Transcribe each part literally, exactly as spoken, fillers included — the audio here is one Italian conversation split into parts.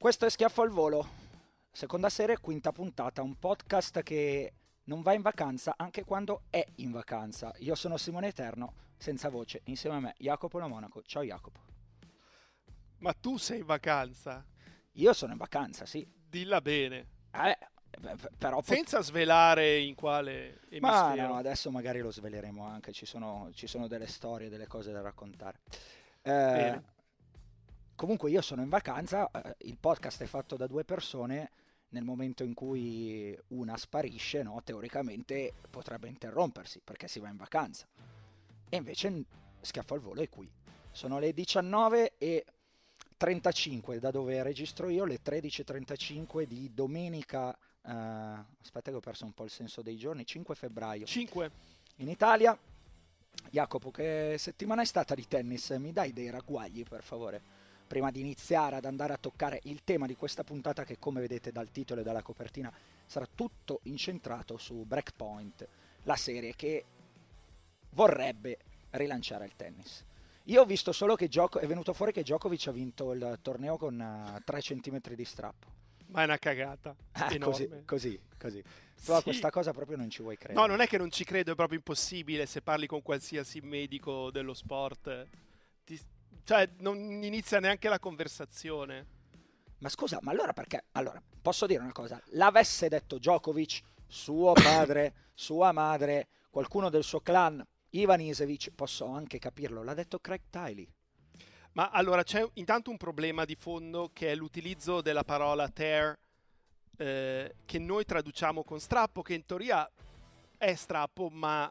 Questo è Schiaffo al Volo, seconda serie, quinta puntata, un podcast che non va in vacanza anche quando è in vacanza. Io sono Simone Eterno, senza voce, insieme a me Jacopo La Monaco. Ciao Jacopo. Ma tu sei in vacanza? Io sono in vacanza, sì. Dilla bene. Eh, però pot- Senza svelare in quale Ma no, emisfero. adesso magari lo sveleremo anche, ci sono, ci sono delle storie, delle cose da raccontare. Eh, Bene. Comunque io sono in vacanza, eh, il podcast è fatto da due persone, nel momento in cui una sparisce, no, teoricamente potrebbe interrompersi perché si va in vacanza. E invece n- Schiaffo al Volo è qui. Sono le diciannove e trentacinque da dove registro io, le tredici e trentacinque di domenica, eh, aspetta che ho perso un po' il senso dei giorni, cinque febbraio cinque. in Italia. Jacopo, che settimana è stata di tennis? Mi dai dei ragguagli per favore? Prima di iniziare ad andare a toccare il tema di questa puntata che, come vedete dal titolo e dalla copertina, sarà tutto incentrato su Breakpoint, la serie che vorrebbe rilanciare il tennis. Io ho visto solo che Djoko- è venuto fuori che Djokovic ha vinto il torneo con tre centimetri di strappo. Ma è una cagata. Ah, così, Enorme. così, così. Tu a Sì. questa cosa proprio non ci vuoi No, credere. non è che non ci credo, è proprio impossibile. Se parli con qualsiasi medico dello sport, ti- cioè non inizia neanche la conversazione. Ma scusa, ma allora perché? Allora, posso dire una cosa, l'avesse detto Djokovic, suo padre, sua madre, qualcuno del suo clan, Ivan Isevic, posso anche capirlo, l'ha detto Craig Tiley. Ma allora c'è intanto un problema di fondo che è l'utilizzo della parola tear, eh, che noi traduciamo con strappo, che in teoria è strappo, ma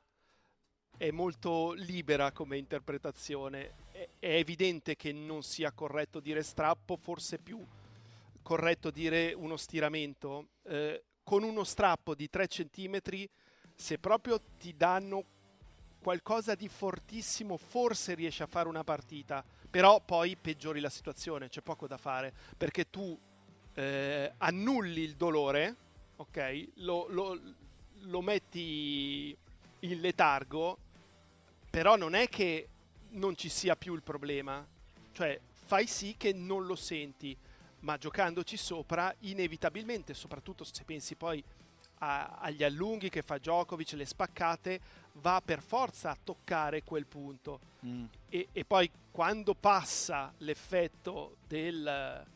è molto libera come interpretazione. È, è evidente che non sia corretto dire strappo, forse è più corretto dire uno stiramento. Eh, con uno strappo di tre centimetri, se proprio ti danno qualcosa di fortissimo, forse riesci a fare una partita, però poi peggiori la situazione, c'è poco da fare, perché tu eh, annulli il dolore, ok? Lo, lo, lo metti in letargo, però non è che non ci sia più il problema, cioè fai sì che non lo senti, ma giocandoci sopra, inevitabilmente, soprattutto se pensi poi a- agli allunghi che fa Djokovic, le spaccate, va per forza a toccare quel punto. Mm. E, e poi quando passa l'effetto del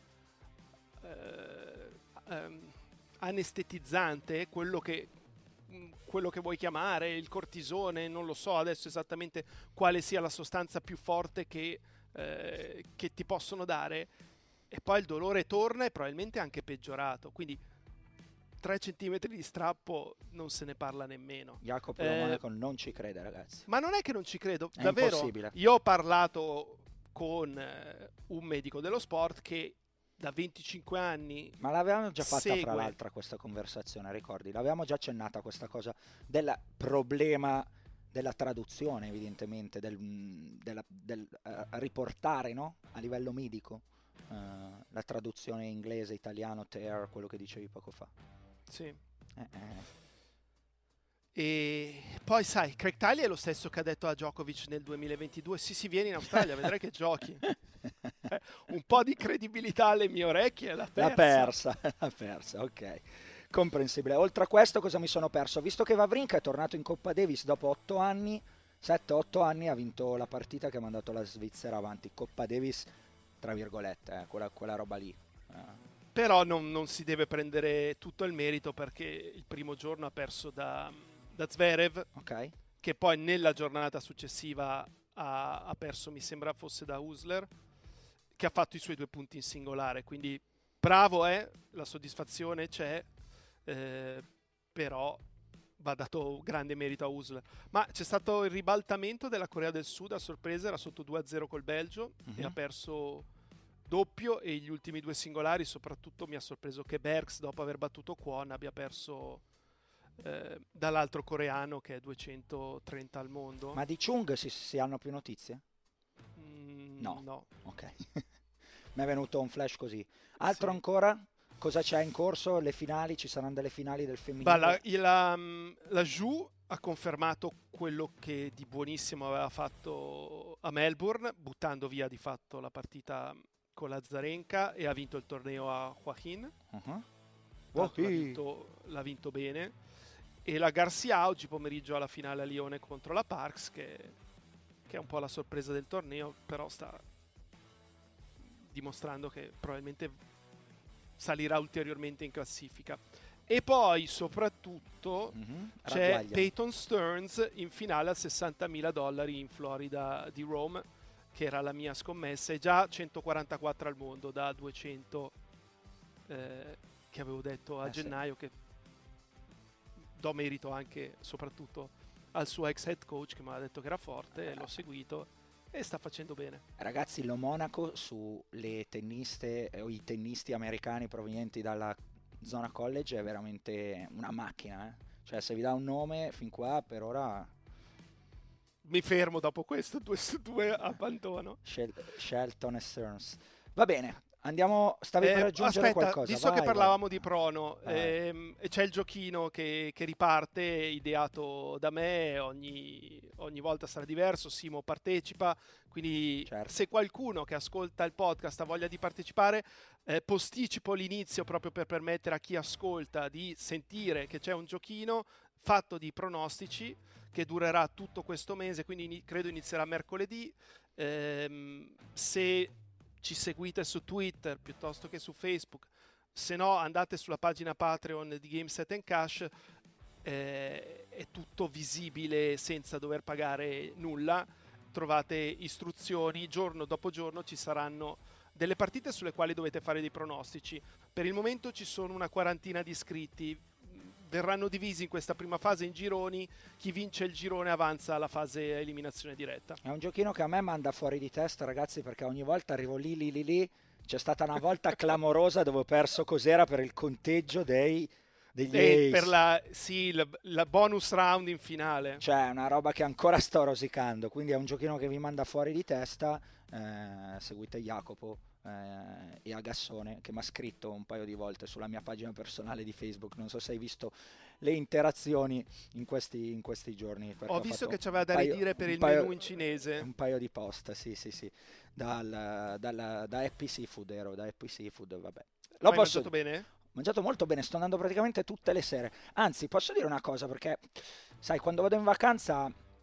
eh, ehm, anestetizzante, quello che, mh, quello che vuoi chiamare, il cortisone, non lo so adesso esattamente quale sia la sostanza più forte che, eh, che ti possono dare, e poi il dolore torna e probabilmente anche peggiorato. Quindi tre centimetri di strappo non se ne parla nemmeno. Jacopo La Eh, Monaco non ci crede, ragazzi. ma non è che non ci credo, È davvero. impossibile. Io ho parlato con eh, un medico dello sport che da venticinque anni Ma l'avevamo già fatta fra segue. l'altra questa conversazione, ricordi? L'avevamo già accennata questa cosa del problema della traduzione, evidentemente, del, della- del eh, riportare, no? A livello medico, eh, la traduzione inglese, italiano, tear, quello che dicevi poco fa. Sì. Eh, eh. E poi sai, Craig Tiley è lo stesso che ha detto a Djokovic nel duemilaventidue: sì, sì, vieni in Australia, vedrai che giochi. Eh, un po' di credibilità alle mie orecchie l'ha L'ha persa. persa, l'ha persa, ok. Comprensibile. Oltre a questo, cosa mi sono perso? Visto che Wawrinka è tornato in Coppa Davis dopo otto anni, sette otto anni, ha vinto la partita che ha mandato la Svizzera avanti. Coppa Davis, tra virgolette, eh, quella, quella roba lì. Eh, Però non, non si deve prendere tutto il merito, perché il primo giorno ha perso da, da Zverev, ok? che poi nella giornata successiva ha, ha perso, mi sembra fosse da Husler, che ha fatto i suoi due punti in singolare. Quindi bravo, è, la soddisfazione c'è, eh, però va dato grande merito a Husler. Ma c'è stato il ribaltamento della Corea del Sud, a sorpresa, era sotto due a zero col Belgio e ha Mhm. perso doppio, e gli ultimi due singolari, soprattutto mi ha sorpreso che Bergs, dopo aver battuto Kwon, abbia perso eh, dall'altro coreano che è duecentotrenta al mondo. Ma di Chung si, si hanno più notizie? Mm, No. no, Ok. Mi è venuto un flash così. Altro sì. ancora? Cosa c'è in corso? Le finali? Ci saranno delle finali del Bah, la, femminile? la, la Ju ha confermato quello che di buonissimo aveva fatto a Melbourne, buttando via di fatto la partita con l'Azarenka e ha vinto il torneo a Joaquin. Uh-huh. L'ha vinto, l'ha vinto bene. E la Garcia oggi pomeriggio alla finale a Lione contro la Parks, che, che è un po' la sorpresa del torneo, però sta dimostrando che probabilmente salirà ulteriormente in classifica. E poi soprattutto mm-hmm. c'è Ragguaglia. Peyton Stearns in finale a sessantamila dollari in Florida di Rome, che era la mia scommessa, è già centoquarantaquattro al mondo da duecento eh, che avevo detto a eh gennaio, sì. Che do merito anche soprattutto al suo ex head coach che mi ha detto che era forte, eh. l'ho seguito e sta facendo bene. Ragazzi, lo Monaco sulle tenniste o i tennisti americani provenienti dalla zona college è veramente una macchina, eh? Cioè se vi dà un nome fin qua per ora mi fermo dopo questo due su due abbandono. Shel- Shelton e Stearns. Va bene, andiamo, stavi eh, per aggiungere aspetta, qualcosa? Visto vai, che parlavamo vai. di Prono ehm, e c'è il giochino che, che riparte, ideato da me, ogni, ogni volta sarà diverso, Simo partecipa, quindi certo. Se qualcuno che ascolta il podcast ha voglia di partecipare, eh, posticipo l'inizio proprio per permettere a chi ascolta di sentire che c'è un giochino fatto di pronostici che durerà tutto questo mese, quindi in, credo inizierà mercoledì. Ehm, se ci seguite su Twitter piuttosto che su Facebook, se no andate sulla pagina Patreon di Game Set and Cash, eh, è tutto visibile senza dover pagare nulla, trovate istruzioni, giorno dopo giorno ci saranno delle partite sulle quali dovete fare dei pronostici. Per il momento ci sono una quarantina di iscritti, verranno divisi in questa prima fase in gironi, chi vince il girone avanza alla fase eliminazione diretta. È un giochino che a me manda fuori di testa, ragazzi, perché ogni volta arrivo lì lì lì lì, c'è stata una volta clamorosa dove ho perso, cos'era, per il conteggio dei degli e per la, sì, la, la bonus round in finale, cioè è una roba che ancora sto rosicando, quindi è un giochino che vi manda fuori di testa. Eh, seguite Jacopo eh, e Agassone, che mi ha scritto un paio di volte sulla mia pagina personale di Facebook, non so se hai visto le interazioni in questi, in questi giorni. Ho, ho visto che c'aveva da paio, ridire per il paio, menù in cinese, un paio di post, sì sì sì, dal, dal, da Happy Seafood ero, da Happy Seafood, vabbè. L'ho mangiato bene? Mangiato molto bene, sto andando praticamente tutte le sere. Anzi, posso dire una cosa, perché sai, quando vado in vacanza,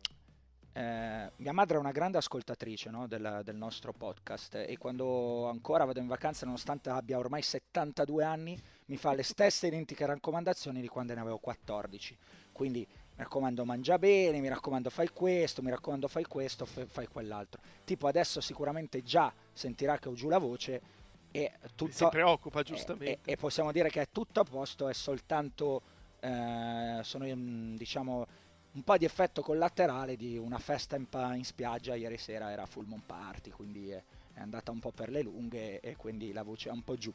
eh, mia madre è una grande ascoltatrice, no, del, del nostro podcast, e quando ancora vado in vacanza, nonostante abbia ormai settantadue anni, mi fa le stesse identiche raccomandazioni di quando ne avevo quattordici. Quindi mi raccomando, mangia bene, mi raccomando, fai questo, mi raccomando, fai questo, f- fai quell'altro. Tipo adesso sicuramente già sentirà che ho giù la voce, e tutto, si preoccupa giustamente, e, e possiamo dire che è tutto a posto, è soltanto eh, sono diciamo un po' di effetto collaterale di una festa in, pa- in spiaggia ieri sera, era full moon party, quindi è, è andata un po' per le lunghe e quindi la voce è un po' giù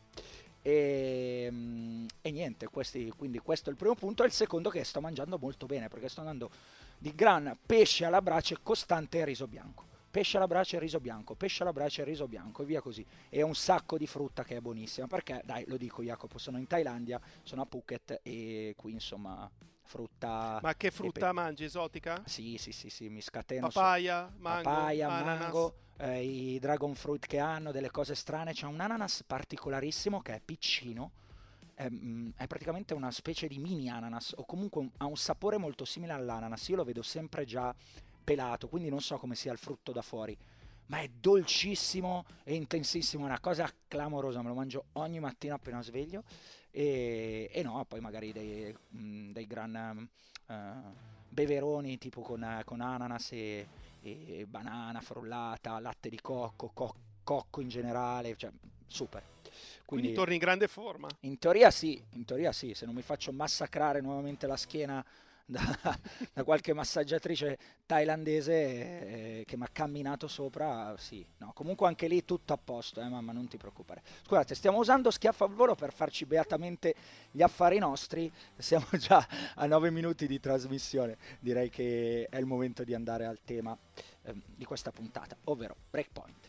e, e niente, questi, quindi questo è il primo punto. E il secondo, che sto mangiando molto bene, perché sto andando di gran pesce alla brace costante e riso bianco. Pesce alla brace e riso bianco, pesce alla brace e riso bianco, e via così. E un sacco di frutta che è buonissima, perché, dai, lo dico Jacopo, sono in Thailandia, sono a Phuket e qui insomma frutta... Ma che frutta pe- mangi, esotica? Sì, sì, sì, sì, mi scateno. Papaya, so- mango, papaya, ananas. mango, eh, i dragon fruit che hanno, delle cose strane. C'è un ananas particolarissimo che è piccino, è, mm, è praticamente una specie di mini ananas, o comunque un, ha un sapore molto simile all'ananas, io lo vedo sempre già pelato, quindi non so come sia il frutto da fuori, ma è dolcissimo e intensissimo, è una cosa clamorosa, me lo mangio ogni mattina appena sveglio. E, e no, poi magari dei, mh, dei gran uh, beveroni tipo con, con ananas e, e banana frullata, latte di cocco, co- cocco in generale, cioè super. Quindi, Quindi torni in grande forma? In teoria sì, in teoria sì, se non mi faccio massacrare nuovamente la schiena Da, da qualche massaggiatrice thailandese eh, che mi ha camminato sopra, sì, no, comunque anche lì tutto a posto, eh, mamma, non ti preoccupare. Scusate, stiamo usando Schiaffo al Volo per farci beatamente gli affari nostri, siamo già a nove minuti di trasmissione, direi che è il momento di andare al tema eh, di questa puntata, ovvero Breakpoint.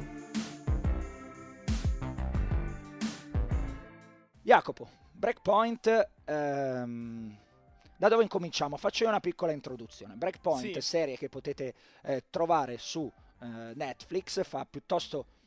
Jacopo, Breakpoint... Ehm, Da dove incominciamo? Faccio io una piccola introduzione. Breakpoint, sì. Serie che potete eh, trovare su eh, Netflix, fa piuttosto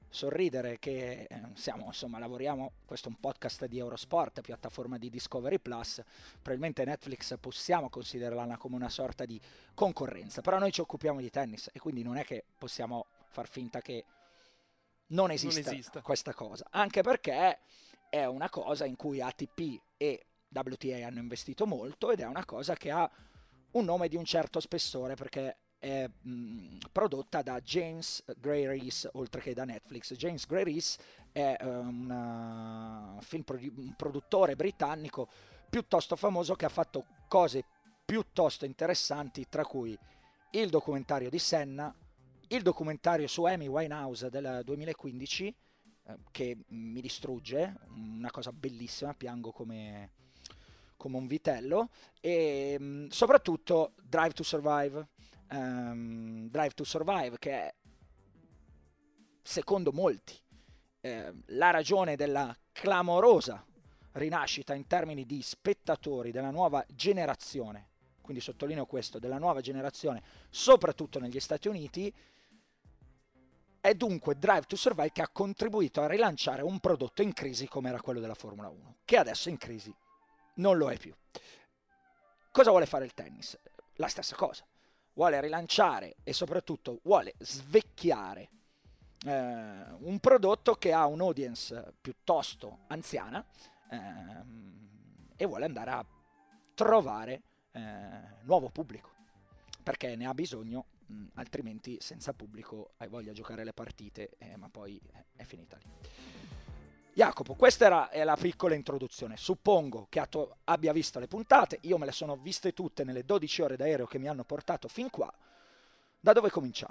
sorridere che eh, siamo, insomma, lavoriamo, questo è un podcast di Eurosport, piattaforma di Discovery Plus, probabilmente Netflix possiamo considerarla come una sorta di concorrenza, però noi ci occupiamo di tennis e quindi non è che possiamo far finta che non esista, non esista. questa cosa, anche perché è una cosa in cui A T P e W T A hanno investito molto ed è una cosa che ha un nome di un certo spessore perché è mh, prodotta da James Gray Reese oltre che da Netflix. James Gray Reese è uh, una film produ- un produttore britannico piuttosto famoso che ha fatto cose piuttosto interessanti, tra cui il documentario di Senna, il documentario su Amy Winehouse del duemilaquindici eh, che mi distrugge, una cosa bellissima, piango come, come un vitello, e mh, soprattutto Drive to Survive. Um, Drive to Survive, che è, secondo molti, eh, la ragione della clamorosa rinascita in termini di spettatori della nuova generazione, quindi sottolineo questo, della nuova generazione, soprattutto negli Stati Uniti. È dunque Drive to Survive che ha contribuito a rilanciare un prodotto in crisi come era quello della Formula uno, che adesso in crisi non lo è più. Cosa vuole fare il tennis? La stessa cosa. Vuole rilanciare e soprattutto vuole svecchiare eh, un prodotto che ha un'audience piuttosto anziana eh, e vuole andare a trovare eh, nuovo pubblico, perché ne ha bisogno, mh, altrimenti senza pubblico hai voglia di giocare le partite, eh, ma poi eh, è finita lì. Jacopo, questa era è la piccola introduzione. Suppongo che tu abbia visto le puntate, io me le sono viste tutte nelle dodici ore d'aereo che mi hanno portato fin qua. Da dove cominciamo?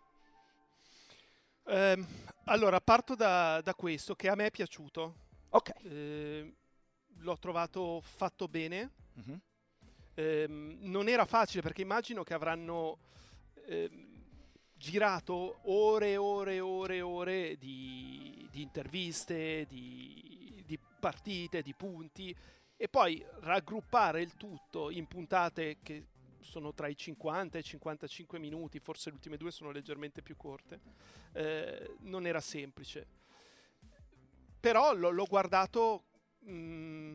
Eh, allora, parto da, da questo, che a me è piaciuto. Ok. Eh, l'ho trovato fatto bene. Mm-hmm. Eh, non era facile, perché immagino che avranno eh, girato ore e ore e ore e ore di, di interviste, di, di partite, di punti, e poi raggruppare il tutto in puntate che sono tra i cinquanta e i cinquantacinque minuti, forse le ultime due sono leggermente più corte, eh, non era semplice. Però l- l'ho guardato mh,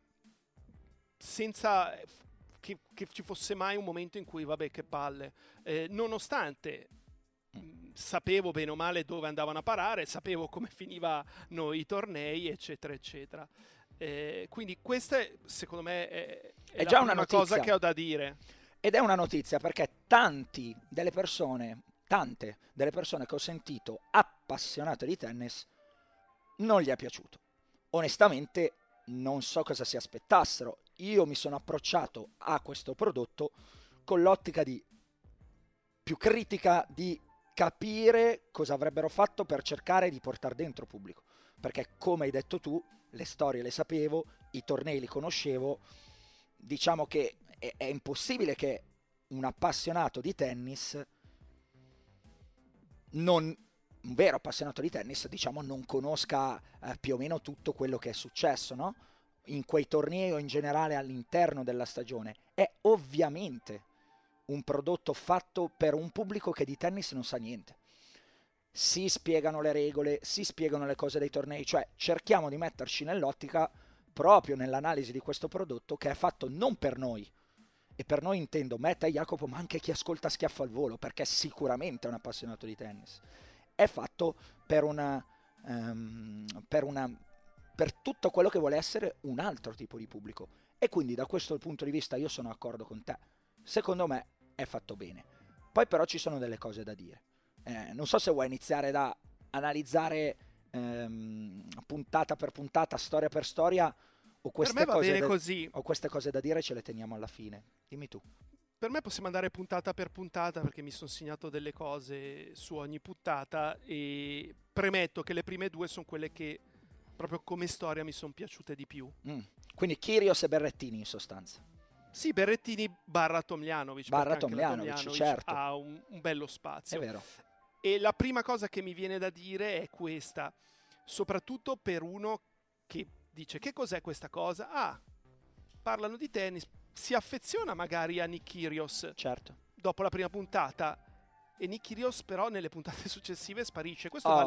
senza che, che ci fosse mai un momento in cui, vabbè, che palle, eh, nonostante mh, sapevo bene o male dove andavano a parare, sapevo come finivano i tornei, eccetera, eccetera. Eh, quindi questa, è, secondo me, è, è, è la già prima una notizia cosa che ho da dire. Ed è una notizia perché tanti delle persone, tante delle persone che ho sentito appassionate di tennis non gli è piaciuto. Onestamente non so cosa si aspettassero. Io mi sono approcciato a questo prodotto con l'ottica di più critica di capire cosa avrebbero fatto per cercare di portare dentro pubblico. Perché come hai detto tu, le storie le sapevo, i tornei li conoscevo, diciamo che è, è impossibile che un appassionato di tennis non un vero appassionato di tennis, diciamo, non conosca eh, più o meno tutto quello che è successo, no? In quei tornei o in generale all'interno della stagione. È ovviamente un prodotto fatto per un pubblico che di tennis non sa niente. Si spiegano le regole, si spiegano le cose dei tornei, cioè cerchiamo di metterci nell'ottica proprio nell'analisi di questo prodotto che è fatto non per noi, e per noi intendo me, te, Jacopo, ma anche chi ascolta Schiaffo al Volo, perché sicuramente è un appassionato di tennis. È fatto per una, um, per una per tutto quello che vuole essere un altro tipo di pubblico, e quindi da questo punto di vista io sono d'accordo con te. Secondo me è fatto bene. Poi però ci sono delle cose da dire. Eh, non so se vuoi iniziare da analizzare ehm, puntata per puntata, storia per storia, o queste, Per me va cose bene da, così. o queste cose da dire ce le teniamo alla fine. Dimmi tu. Per me possiamo andare puntata per puntata, perché mi sono segnato delle cose su ogni puntata, e premetto che le prime due sono quelle che proprio come storia mi sono piaciute di più. Mm. Quindi Kyrgios e Berrettini in sostanza. Sì, Berrettini barra Tomljanovic, barra perché Tomljanovic, anche la Tomljanovic certo. ha un, un bello spazio. È vero. E la prima cosa che mi viene da dire è questa, soprattutto per uno che dice: che cos'è questa cosa? Ah, parlano di tennis, si affeziona magari a Nick Kyrgios, certo, dopo la prima puntata, e Nick Kyrgios però nelle puntate successive sparisce. Questo oh. vale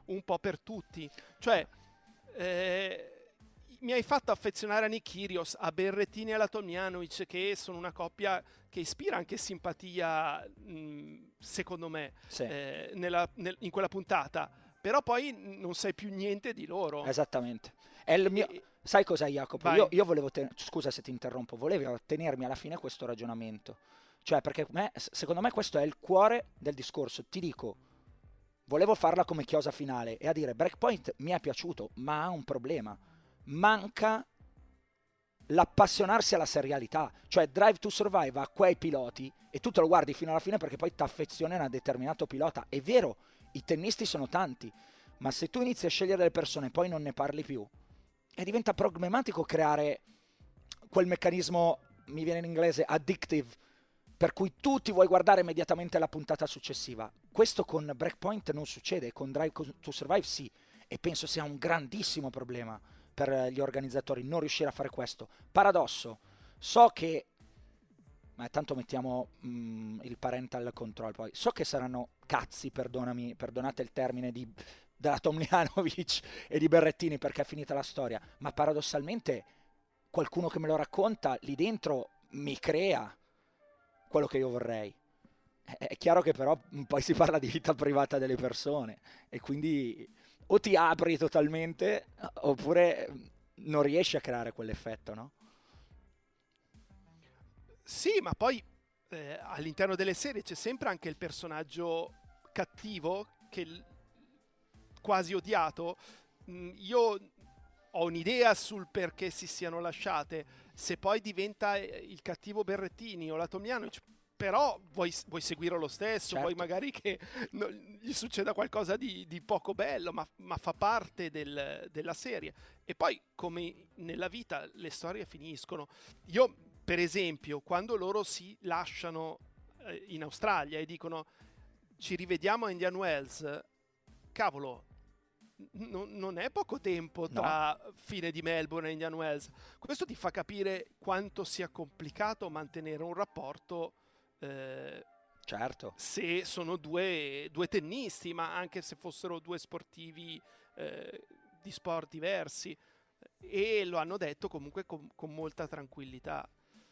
un po' per tutti. Cioè, eh, mi hai fatto affezionare a Nick Kyrgios, a Berrettini e alla Tomljanovic, che sono una coppia che ispira anche simpatia, mh, secondo me, Sì. eh, nella, nel, in quella puntata. Però poi non sai più niente di loro. Esattamente. È il mio... E... Sai cos'è, Jacopo? Vai. Io, io volevo... Ten... Scusa se ti interrompo. Volevo tenermi alla fine questo ragionamento. Cioè, perché me, secondo me questo è il cuore del discorso. Ti dico, volevo farla come chiosa finale e a dire Breakpoint mi è piaciuto, ma ha un problema. Manca l'appassionarsi alla serialità. Cioè, Drive to Survive ha quei piloti e tu te lo guardi fino alla fine perché poi ti affezioni a un determinato pilota. È vero, i tennisti sono tanti, ma se tu inizi a scegliere le persone e poi non ne parli più, e diventa problematico creare quel meccanismo, mi viene in inglese, addictive, per cui tu ti vuoi guardare immediatamente la puntata successiva. Questo con Breakpoint non succede, con Drive to Survive sì, e penso sia un grandissimo problema per gli organizzatori non riuscire a fare questo. Paradosso, so che, ma tanto mettiamo mh, il parental control poi, so che saranno cazzi, perdonami, perdonate il termine, di, della Tomljanovic e di Berrettini perché è finita la storia, ma paradossalmente qualcuno che me lo racconta lì dentro mi crea quello che io vorrei. È chiaro che però poi si parla di vita privata delle persone e quindi o ti apri totalmente oppure non riesci a creare quell'effetto, no? Sì, ma poi eh, all'interno delle serie c'è sempre anche il personaggio cattivo che l- quasi odiato. Mm, io ho un'idea sul perché si siano lasciate. Se poi diventa il cattivo Berrettini o la Tomljanovic, però vuoi, vuoi seguirlo lo stesso, Certo. vuoi magari che no, gli succeda qualcosa di, di poco bello, ma, ma fa parte del, della serie. E poi, come nella vita, le storie finiscono. Io, per esempio, quando loro si lasciano eh, in Australia e dicono ci rivediamo a Indian Wells, cavolo, n- non è poco tempo tra no. fine di Melbourne e Indian Wells. Questo ti fa capire quanto sia complicato mantenere un rapporto eh, certo. se sono due, due tennisti, ma anche se fossero due sportivi eh, di sport diversi, e lo hanno detto comunque con, con molta tranquillità.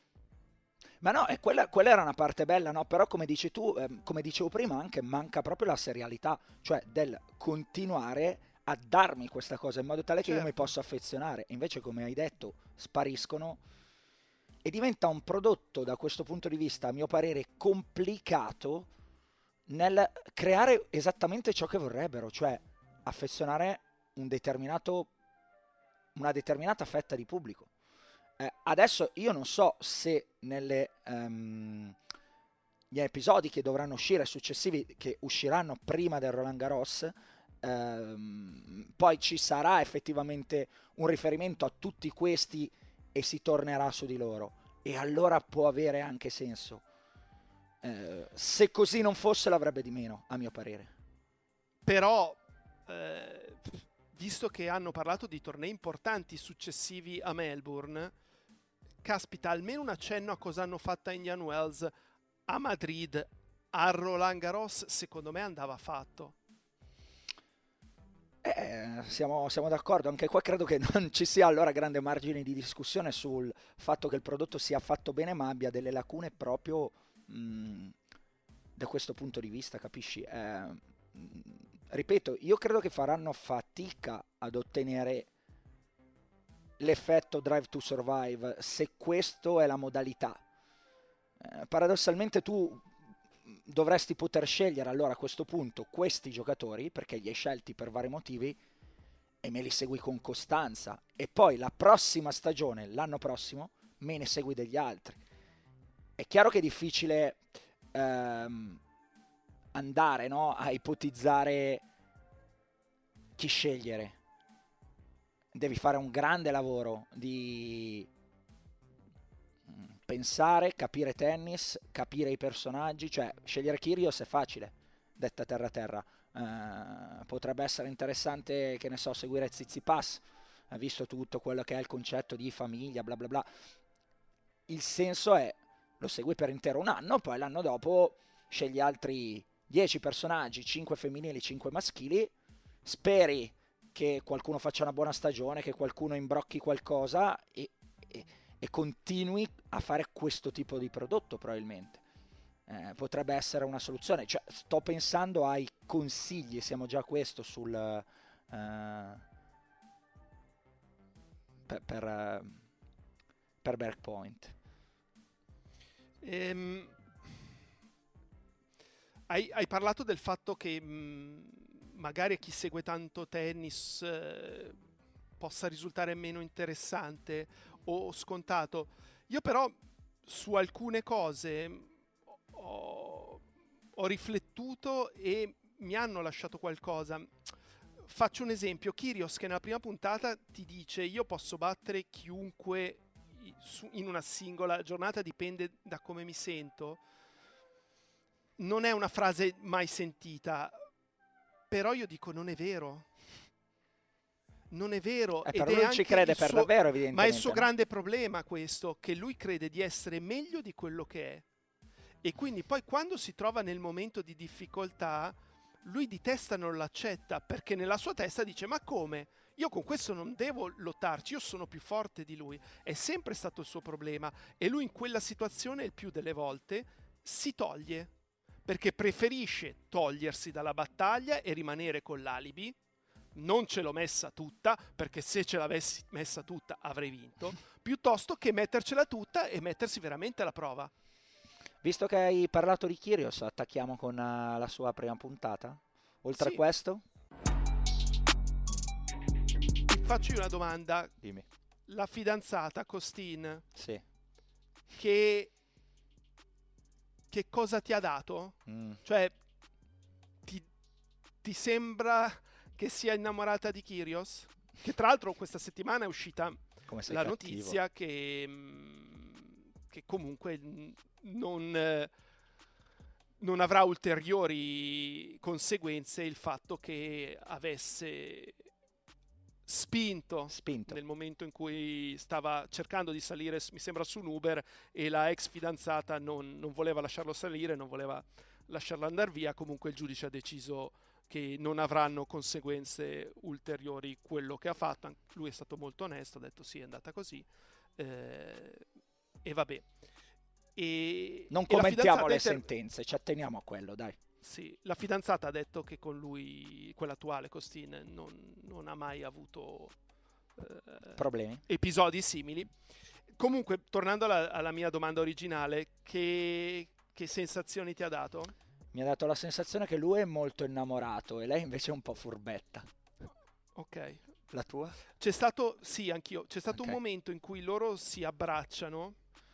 Ma no, e quella, quella era una parte bella, no? Però come dici tu, ehm, come dicevo prima, anche manca proprio la serialità, cioè del continuare a darmi questa cosa in modo tale che certo. io mi possa affezionare. Invece, come hai detto, spariscono e diventa un prodotto da questo punto di vista, a mio parere, complicato nel creare esattamente ciò che vorrebbero, cioè affezionare un determinato, una determinata fetta di pubblico. Eh, adesso io non so se nelle um, gli episodi che dovranno uscire successivi, che usciranno prima del Roland Garros, um, poi ci sarà effettivamente un riferimento a tutti questi e si tornerà su di loro, e allora può avere anche senso. Eh, se così non fosse l'avrebbe di meno, a mio parere. Però eh, visto che hanno parlato di tornei importanti successivi a Melbourne, caspita, almeno un accenno a cosa hanno fatto a Indian Wells, a Madrid, a Roland Garros, secondo me andava fatto. Eh, siamo, siamo d'accordo, anche qua credo che non ci sia allora grande margine di discussione sul fatto che il prodotto sia fatto bene ma abbia delle lacune proprio mh, da questo punto di vista, capisci? Eh, mh, ripeto, io credo che faranno fatica ad ottenere l'effetto Drive to Survive se questo è la modalità. Eh, paradossalmente tu dovresti poter scegliere allora a questo punto questi giocatori perché li hai scelti per vari motivi e me li segui con costanza, e poi la prossima stagione, l'anno prossimo, me ne segui degli altri. È chiaro che è difficile ehm, andare, no, a ipotizzare chi scegliere. Devi fare un grande lavoro di pensare, capire tennis, capire i personaggi, cioè scegliere Kyrgios è facile, detta terra terra. Uh, potrebbe essere interessante, che ne so, seguire Tsitsipas, ha visto tutto quello che è il concetto di famiglia, bla bla bla. Il senso è, lo segui per intero un anno, poi l'anno dopo scegli altri dieci personaggi, cinque femminili, cinque maschili, speri che qualcuno faccia una buona stagione, che qualcuno imbrocchi qualcosa e, e, e continui a fare questo tipo di prodotto probabilmente. Eh, potrebbe essere una soluzione. Cioè, sto pensando ai consigli, siamo già a questo sul uh, per, per, uh, per Breakpoint. Ehm, hai, hai parlato del fatto che mh, magari a chi segue tanto tennis eh, possa risultare meno interessante o scontato. Io però su alcune cose ho, ho riflettuto e mi hanno lasciato qualcosa. Faccio un esempio: Kyrgios, che nella prima puntata ti dice io posso battere chiunque in una singola giornata, dipende da come mi sento. Non è una frase mai sentita, però io dico non è vero. Non è vero. Eh, ed però è non anche ci crede il per suo, davvero, evidentemente. ma è il suo no? grande problema questo, che lui crede di essere meglio di quello che è. E quindi poi quando si trova nel momento di difficoltà, lui di testa non l'accetta, perché nella sua testa dice ma come? Io con questo non devo lottarci, io sono più forte di lui. È sempre stato il suo problema e lui in quella situazione il più delle volte si toglie, perché preferisce togliersi dalla battaglia e rimanere con l'alibi. Non ce l'ho messa tutta, perché se ce l'avessi messa tutta avrei vinto, piuttosto che mettercela tutta e mettersi veramente alla prova. Visto che hai parlato di Kyrgios, attacchiamo con uh, la sua prima puntata. Oltre Sì. a questo? Ti faccio io una domanda. Dimmi. La fidanzata, Costin, Sì. che, che cosa ti ha dato? Mm. Cioè, ti, ti sembra che sia innamorata di Kyrgios? Che tra l'altro questa settimana è uscita Come sei la cattivo. notizia che, che comunque non, non avrà ulteriori conseguenze il fatto che avesse spinto, Spinto. nel momento in cui stava cercando di salire, mi sembra, su un Uber, e la ex fidanzata non, non voleva lasciarlo salire, non voleva lasciarlo andare via. Comunque il giudice ha deciso che non avranno conseguenze ulteriori quello che ha fatto. Lui è stato molto onesto, ha detto sì, è andata così, eh, e vabbè. E, non e commentiamo le ter- sentenze, ci atteniamo a quello, dai. Sì, la fidanzata ha detto che con lui, quell'attuale Costin, non, non ha mai avuto eh, problemi, episodi simili. Comunque, tornando alla, alla mia domanda originale, che, che sensazioni ti ha dato? Mi ha dato la sensazione che lui è molto innamorato e lei invece è un po' furbetta. Ok. La tua? C'è stato, sì, anch'io, c'è stato okay. un momento in cui loro si abbracciano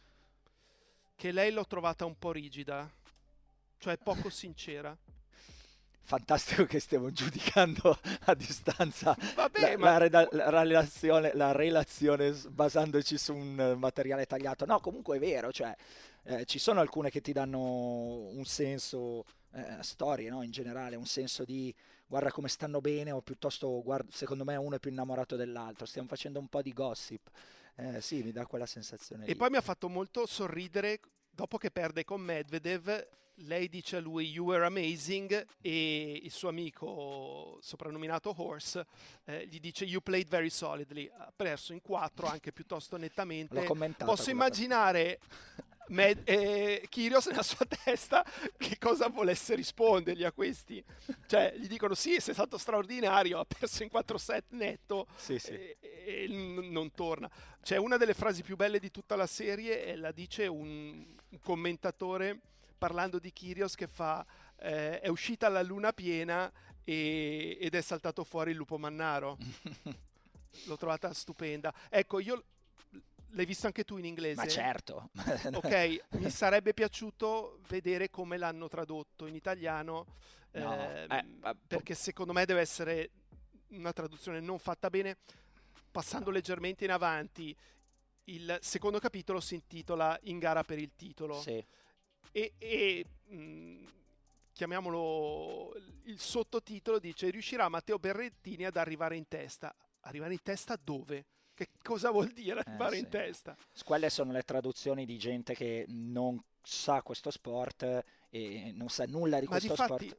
che lei l'ho trovata un po' rigida, cioè poco sincera. Fantastico che stiamo giudicando a distanza Vabbè, la, ma... la, reda- la relazione, la relazione basandoci su un materiale tagliato. No, comunque è vero, cioè eh, ci sono alcune che ti danno un senso, eh, storie, no? In generale, un senso di guarda come stanno bene, o piuttosto guarda, secondo me uno è più innamorato dell'altro, stiamo facendo un po' di gossip. Eh, sì, mi dà quella sensazione E lì. poi mi ha fatto molto sorridere, dopo che perde con Medvedev, lei dice a lui "You were amazing" e il suo amico soprannominato Horse eh, gli dice "You played very solidly". Ha perso in quattro, anche piuttosto nettamente. L'ho commentato Posso quella immaginare Med- eh, Kyrgios nella sua testa che cosa volesse rispondergli a questi. Cioè, gli dicono sì, sei stato straordinario, ha perso in quattro set netto, sì, sì. E, e n- non torna. Cioè, una delle frasi più belle di tutta la serie è, la dice un, un commentatore parlando di Kyrgios, che fa eh, è uscita la luna piena e, ed è saltato fuori il lupo mannaro. L'ho trovata stupenda. Ecco, io l'hai visto anche tu in inglese? Ma certo. Ok, mi sarebbe piaciuto vedere come l'hanno tradotto in italiano, No, ehm, eh, perché secondo me deve essere una traduzione non fatta bene. Passando leggermente in avanti, il secondo capitolo si intitola In gara per il titolo. Sì. E, e mh, chiamiamolo, il sottotitolo dice: riuscirà Matteo Berrettini ad arrivare in testa. Arrivare in testa dove? Che cosa vuol dire arrivare eh, in sì. testa? Quelle sono le traduzioni di gente che non sa questo sport e non sa nulla di Ma questo difatti, sport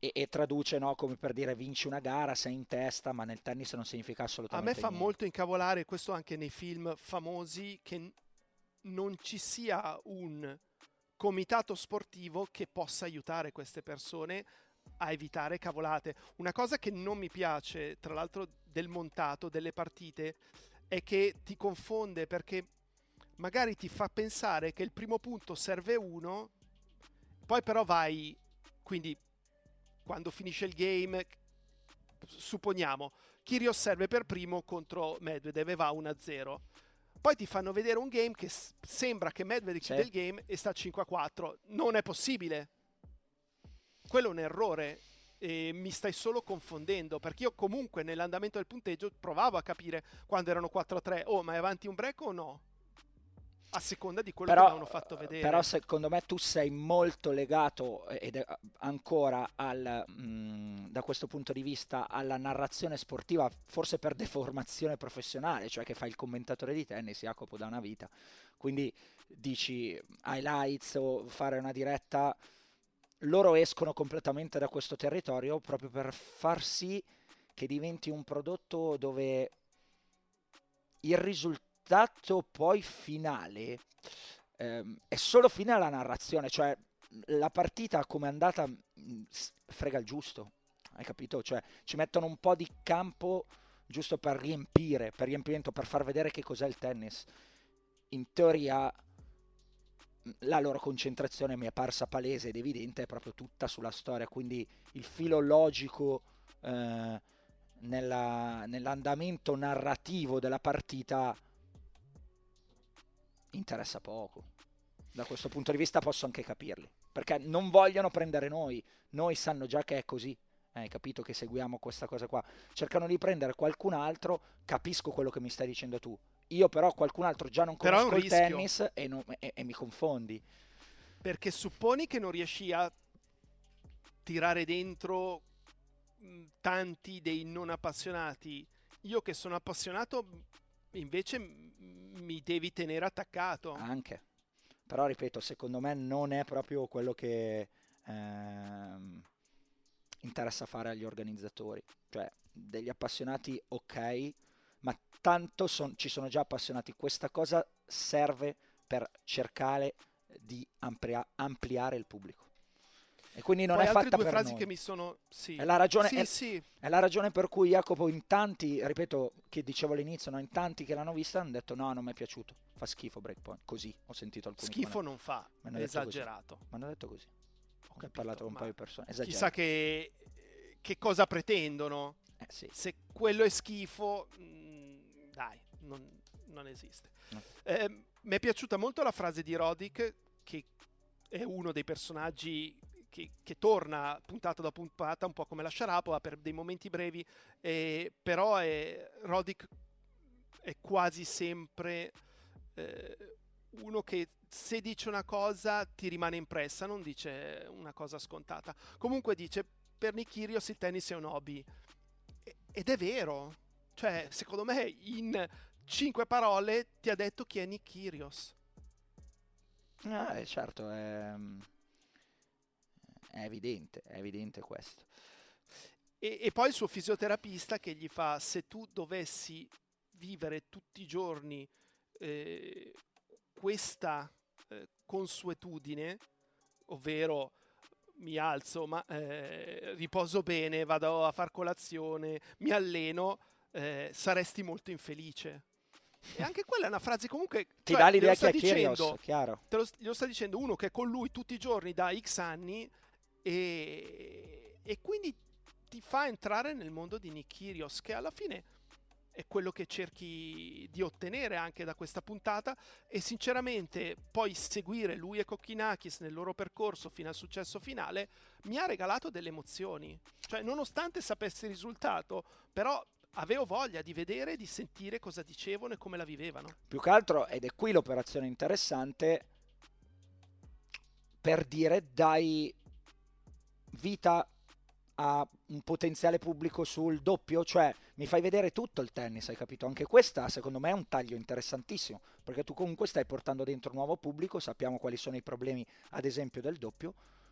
e, e traduce, no, come per dire vinci una gara, sei in testa, ma nel tennis non significa A assolutamente me fa niente. molto incavolare questo anche nei film famosi, che n- non ci sia un comitato sportivo che possa aiutare queste persone a evitare cavolate. Una cosa che non mi piace, tra l'altro, del montato delle partite è che ti confonde, perché magari ti fa pensare che il primo punto serve uno, poi però vai, quindi quando finisce il game, supponiamo, Kyrgios serve per primo contro Medvedev e va uno a zero. Poi ti fanno vedere un game che s- sembra che Medvedev Sì. chiude il game e sta cinque a quattro. Non è possibile. Quello è un errore e mi stai solo confondendo, perché io comunque nell'andamento del punteggio provavo a capire quando erano quattro a tre. Oh, ma è avanti un break o no? A seconda di quello che mi Però, avevano fatto però vedere. secondo me tu sei molto legato ed è ancora al, mh, da questo punto di vista alla narrazione sportiva, forse per deformazione professionale, cioè che fai il commentatore di tennis, Jacopo, da una vita. Quindi dici highlights o fare una diretta, loro escono completamente da questo territorio proprio per far sì che diventi un prodotto dove il risultato poi finale ehm, è solo fine alla narrazione, cioè la partita come è andata mh, s- frega il giusto, hai capito? Cioè ci mettono un po' di campo giusto per riempire, per riempimento, per far vedere che cos'è il tennis. In teoria mh, la loro concentrazione mi è parsa palese ed evidente, è proprio tutta sulla storia, quindi il filo logico eh, nella- nell'andamento narrativo della partita interessa poco. Da questo punto di vista posso anche capirli, perché non vogliono prendere noi, noi sanno già che è così, hai capito che seguiamo questa cosa qua, cercano di prendere qualcun altro, capisco quello che mi stai dicendo tu, io però qualcun altro già non Però è un conosco il rischio, tennis e, non- e- e mi confondi. perché supponi che non riesci a tirare dentro mh, tanti dei non appassionati. Io che sono appassionato, mh, invece mh, mi devi tenere attaccato. Anche, però ripeto, secondo me non è proprio quello che ehm, interessa fare agli organizzatori, cioè degli appassionati ok, ma tanto son- ci sono già appassionati, questa cosa serve per cercare di amplia- ampliare il pubblico e quindi non è Poi altre fatta due per frasi che noi. mi sono... È Sì, la ragione, sì, è, sì, è la ragione per cui Jacopo in tanti, ripeto, che dicevo all'inizio, no, in tanti che l'hanno vista hanno detto no, non mi è piaciuto, fa schifo Breakpoint, così ho sentito alcuni che mi schifo non fa, hanno è detto così, esagerato. mi hanno detto così, Ho ne ho parlato capito, con un paio ma di persone, chissà esagera, che, che cosa pretendono. eh sì, Se quello è schifo, mh, dai, non, non esiste. no. Eh, mi è piaciuta molto la frase di Roddick, che è uno dei personaggi che, che torna puntata dopo puntata, un po' come la Sharapova, per dei momenti brevi, eh, però è, Roddick è quasi sempre eh, uno che se dice una cosa ti rimane impressa, non dice una cosa scontata. Comunque dice, per Nick Kyrgios il tennis è un hobby. E- Ed è vero. Cioè, secondo me, in cinque parole ti ha detto chi è Nick Kyrgios. Ah, eh, certo, è, è evidente, è evidente questo. E, e poi il suo fisioterapista che gli fa: se tu dovessi vivere tutti i giorni eh, questa eh, consuetudine, ovvero mi alzo, ma eh, riposo bene, vado a far colazione, mi alleno, eh, saresti molto infelice. E anche quella è una frase comunque, Ti dà cioè, glielo l'idea sta che è Kyrgios, dicendo, chiaro. te lo, glielo sta dicendo uno che è con lui tutti i giorni da X anni e, e quindi ti fa entrare nel mondo di Nick Kyrgios, che alla fine è quello che cerchi di ottenere anche da questa puntata, e sinceramente poi seguire lui e Kokkinakis nel loro percorso fino al successo finale mi ha regalato delle emozioni, cioè nonostante sapessi il risultato, però avevo voglia di vedere e di sentire cosa dicevano e come la vivevano. Più che altro, ed è qui l'operazione interessante, per dire dai vita a un potenziale pubblico sul doppio, cioè mi fai vedere tutto il tennis, hai capito? Anche questa secondo me è un taglio interessantissimo, perché tu comunque stai portando dentro un nuovo pubblico, sappiamo quali sono i problemi ad esempio del doppio,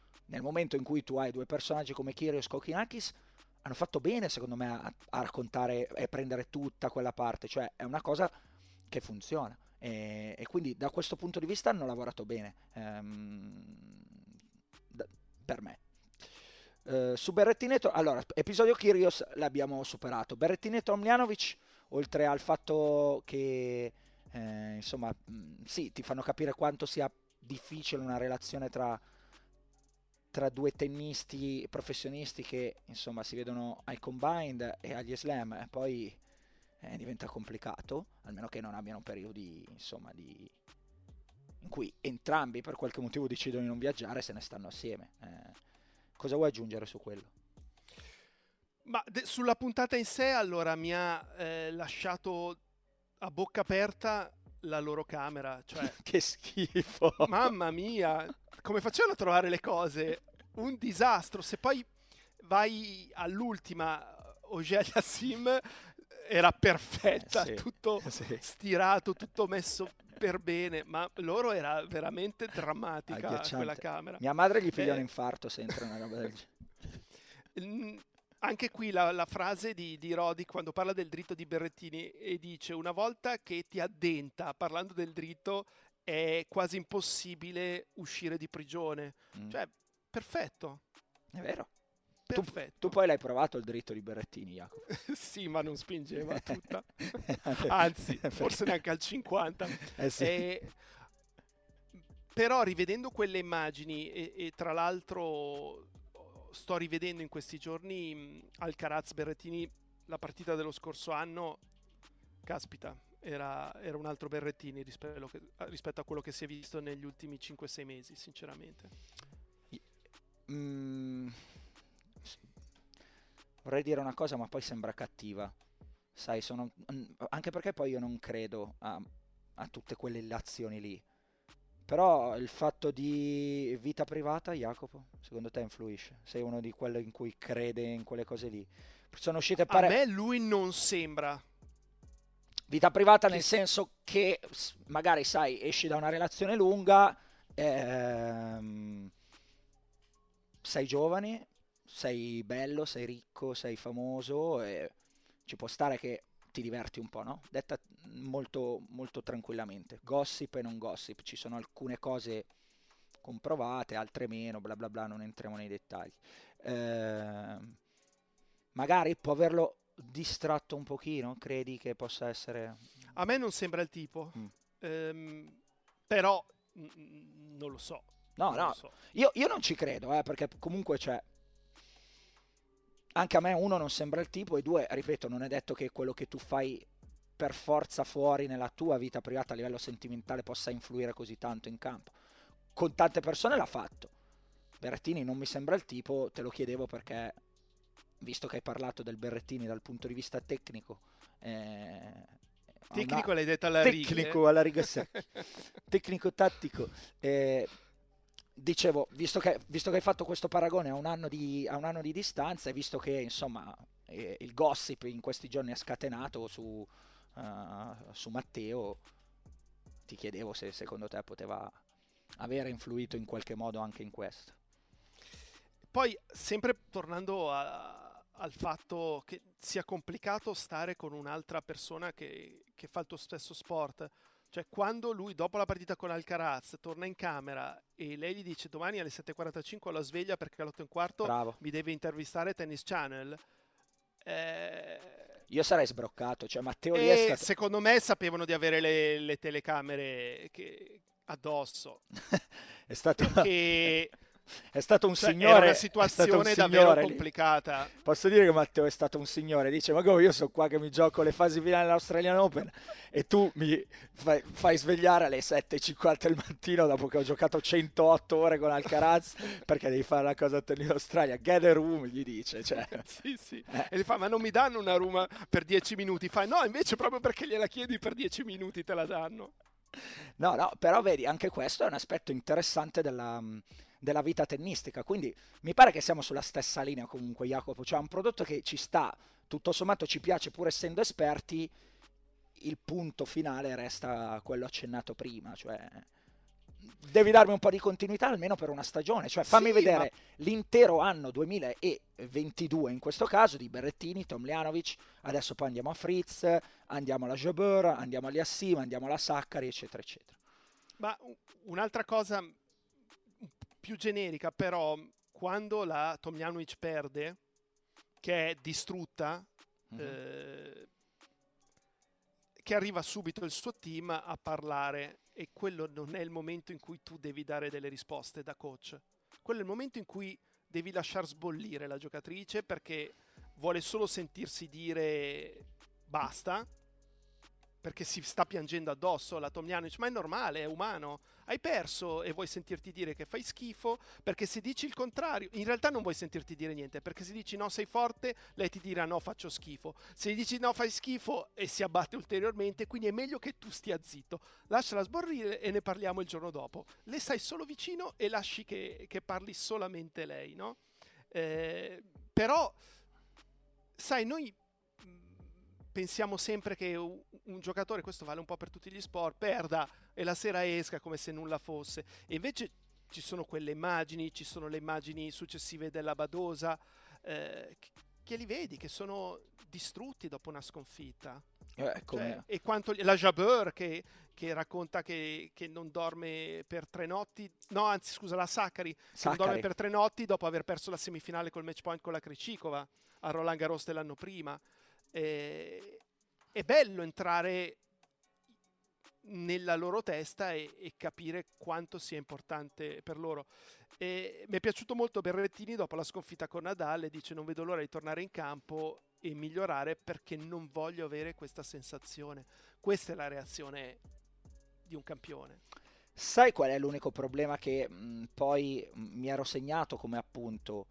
nel momento in cui tu hai due personaggi come Kyrgios e Kokkinakis, hanno fatto bene secondo me a, a raccontare e prendere tutta quella parte, cioè è una cosa che funziona e, e quindi da questo punto di vista hanno lavorato bene, ehm, da, per me. Uh, su Berrettini e allora, episodio Kyrgios l'abbiamo superato. Berrettini e Tomljanovic, oltre al fatto che eh, insomma mh, sì, ti fanno capire quanto sia difficile una relazione tra tra due tennisti professionisti che insomma si vedono ai combined e agli slam e poi eh, diventa complicato, almeno che non abbiano periodi insomma di in cui entrambi per qualche motivo decidono di non viaggiare e se ne stanno assieme. Eh, cosa vuoi aggiungere su quello? Ma de- sulla puntata in sé, allora mi ha eh, lasciato a bocca aperta la loro camera, cioè che schifo, mamma mia, come facevano a trovare le cose? Un disastro. Se poi vai all'ultima, Auger Sim era perfetta, eh, sì, tutto sì. stirato, tutto messo per bene, ma loro era veramente drammatica Agghiacciante. quella camera. Mia madre gli piglia eh, un infarto se entra una roba del genere. Anche qui la, la frase di, di Rodi quando parla del dritto di Berrettini e dice una volta che ti addenta parlando del dritto è quasi impossibile uscire di prigione. Mm. Cioè, perfetto. È vero. Perfetto. Tu, tu poi l'hai provato il dritto di Berrettini, Jacopo? Sì, ma non spingeva tutta. Anzi, forse neanche al cinquanta. Eh sì. E, però rivedendo quelle immagini e, e tra l'altro sto rivedendo in questi giorni mh, Alcaraz Berrettini, la partita dello scorso anno, caspita, era, era un altro Berrettini rispetto, che, rispetto a quello che si è visto negli ultimi cinque sei mesi, sinceramente. Mm, vorrei dire una cosa, ma poi sembra cattiva. Sai, sono anche perché poi io non credo a, a tutte quelle azioni lì. Però il fatto di vita privata, Jacopo, secondo te influisce? Sei uno di quelli in cui crede in quelle cose lì? Sono uscite pare... A me lui non sembra. Vita privata che... nel senso che magari, sai, esci da una relazione lunga, ehm, sei giovane, sei bello, sei ricco, sei famoso e ci può stare che ti diverti un po', no? Detta molto, molto tranquillamente. Gossip e non gossip. Ci sono alcune cose comprovate, altre meno, bla bla bla, non entriamo nei dettagli. Eh, magari può averlo distratto un pochino, credi che possa essere... A me non sembra il tipo, mm. ehm, però n- non lo so. No, non no, lo so. Io, io non ci credo, eh, perché comunque c'è... Anche a me uno non sembra il tipo e due, ripeto, non è detto che quello che tu fai per forza fuori nella tua vita privata a livello sentimentale possa influire così tanto in campo. Con tante persone l'ha fatto. Berrettini non mi sembra il tipo, te lo chiedevo perché, visto che hai parlato del Berrettini dal punto di vista tecnico... Eh, tecnico una... l'hai detto alla riga. Tecnico alla riga secca. Tecnico-tattico. Eh, dicevo, visto che, visto che hai fatto questo paragone a un anno di, a un anno di distanza e visto che insomma eh, il gossip in questi giorni è scatenato su, uh, su Matteo, ti chiedevo se secondo te poteva avere influito in qualche modo anche in questo. Poi, sempre tornando a, al fatto che sia complicato stare con un'altra persona che, che fa il tuo stesso sport. Cioè, quando lui, dopo la partita con Alcaraz, torna in camera e lei gli dice domani alle sette e quarantacinque ho la sveglia perché alle otto e un quarto Bravo. mi deve intervistare Tennis Channel. Eh... Io sarei sbroccato. Cioè, Matteo e lì è stato... secondo me sapevano di avere le, le telecamere che... addosso. è stato... Perché... È stato un cioè, signore. Era una situazione davvero lì. complicata. Posso dire che Matteo è stato un signore. Dice: ma come io sono qua che mi gioco le fasi finali dell'Australian Open e tu mi fai, fai svegliare alle sette e cinquanta del mattino dopo che ho giocato centootto ore con Alcaraz perché devi fare la cosa a Tennis Australia. Get a room, gli dice. Cioè. sì, sì. Eh. E gli fa: ma non mi danno una room per dieci minuti? Fa: no, invece proprio perché gliela chiedi per dieci minuti te la danno. No, no, però vedi, anche questo è un aspetto interessante della... della vita tennistica, quindi mi pare che siamo sulla stessa linea comunque, Jacopo, cioè un prodotto che ci sta, tutto sommato ci piace pur essendo esperti, il punto finale resta quello accennato prima, cioè devi darmi un po' di continuità almeno per una stagione, cioè fammi Sì, vedere ma l'intero anno duemilaventidue in questo caso di Berrettini, Tomljanovic, adesso poi andiamo a Fritz, andiamo alla Jabeur, andiamo agli Assim, andiamo alla Saccari, eccetera, eccetera. Ma u- un'altra cosa più generica, però, quando la Tomljanovic perde, che è distrutta, Mhm. eh, che arriva subito il suo team a parlare, e quello non è il momento in cui tu devi dare delle risposte da coach. Quello è il momento in cui devi lasciar sbollire la giocatrice, perché vuole solo sentirsi dire basta, perché si sta piangendo addosso la Tomljanovic, ma è normale, è umano. Hai perso e vuoi sentirti dire che fai schifo, perché se dici il contrario, in realtà non vuoi sentirti dire niente, perché se dici no sei forte, lei ti dirà no faccio schifo. Se dici no fai schifo e si abbatte ulteriormente, quindi è meglio che tu stia zitto. Lasciala sborrire e ne parliamo il giorno dopo. Le stai solo vicino e lasci che, che parli solamente lei, no? Eh, però, sai, noi pensiamo sempre che un, un giocatore, questo vale un po' per tutti gli sport, perda e la sera esca come se nulla fosse. E invece ci sono quelle immagini, ci sono le immagini successive della Badosa, eh, che, che li vedi, che sono distrutti dopo una sconfitta. Eh, Cioè, come... e quanto la Jabeur che, che racconta che, che non dorme per tre notti, no anzi scusa la Saccari, che non dorme Saccari. per tre notti dopo aver perso la semifinale col match point con la Krejcikova a Roland Garros dell'anno prima. Eh, è bello entrare nella loro testa e, e capire quanto sia importante per loro. E mi è piaciuto molto Berrettini dopo la sconfitta con Nadal, e dice non vedo l'ora di tornare in campo e migliorare perché non voglio avere questa sensazione. Questa è la reazione di un campione. Sai qual è l'unico problema che mh, poi mh, mi ero segnato come appunto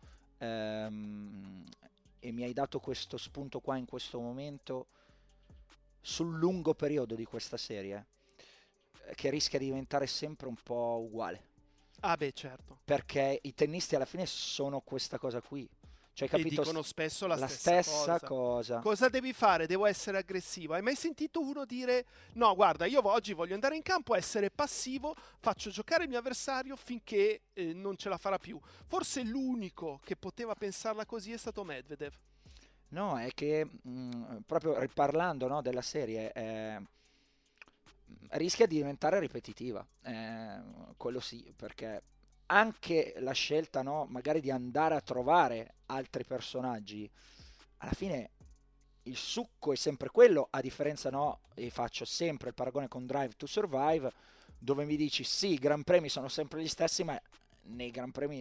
ehm, e mi hai dato questo spunto qua in questo momento sul lungo periodo di questa serie, eh, che rischia di diventare sempre un po' uguale, Ah beh, certo. perché i tennisti alla fine sono questa cosa qui, cioè hai E capito? dicono S- spesso la la stessa stessa cosa. cosa. Cosa devi fare? Devo essere aggressivo. Hai mai sentito uno dire no, guarda, io oggi voglio andare in campo, essere passivo, faccio giocare il mio avversario finché eh, non ce la farà più. Forse l'unico che poteva pensarla così è stato Medvedev. No, è che mh, proprio riparlando, no, della serie, eh, rischia di diventare ripetitiva, eh, quello sì, perché anche la scelta, no, magari di andare a trovare altri personaggi, alla fine il succo è sempre quello, a differenza, no, e faccio sempre il paragone con Drive to Survive, dove mi dici sì, i Gran Premi sono sempre gli stessi, ma nei Gran Premi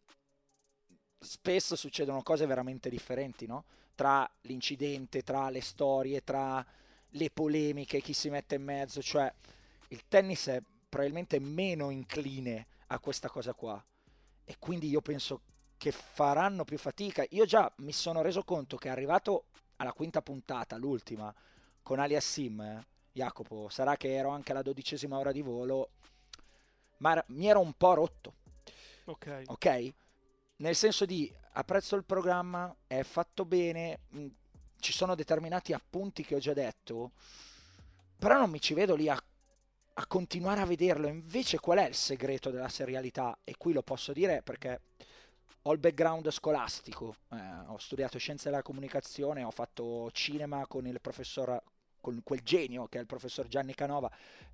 spesso succedono cose veramente differenti, no? Tra l'incidente, tra le storie, tra le polemiche, chi si mette in mezzo, cioè il tennis è probabilmente meno incline a questa cosa qua e quindi io penso che faranno più fatica. Io già mi sono reso conto che arrivato alla quinta puntata, l'ultima, con Aliassim, eh, Jacopo, sarà che ero anche alla dodicesima ora di volo, ma era- mi ero un po' rotto, Ok. ok? Nel senso di apprezzo il programma, è fatto bene, mh, ci sono determinati appunti che ho già detto, però non mi ci vedo lì a, a continuare a vederlo. Invece qual è il segreto della serialità? E qui lo posso dire perché ho il background scolastico, eh, ho studiato scienze della comunicazione, ho fatto cinema con il professor, con quel genio che è il professor Gianni Canova.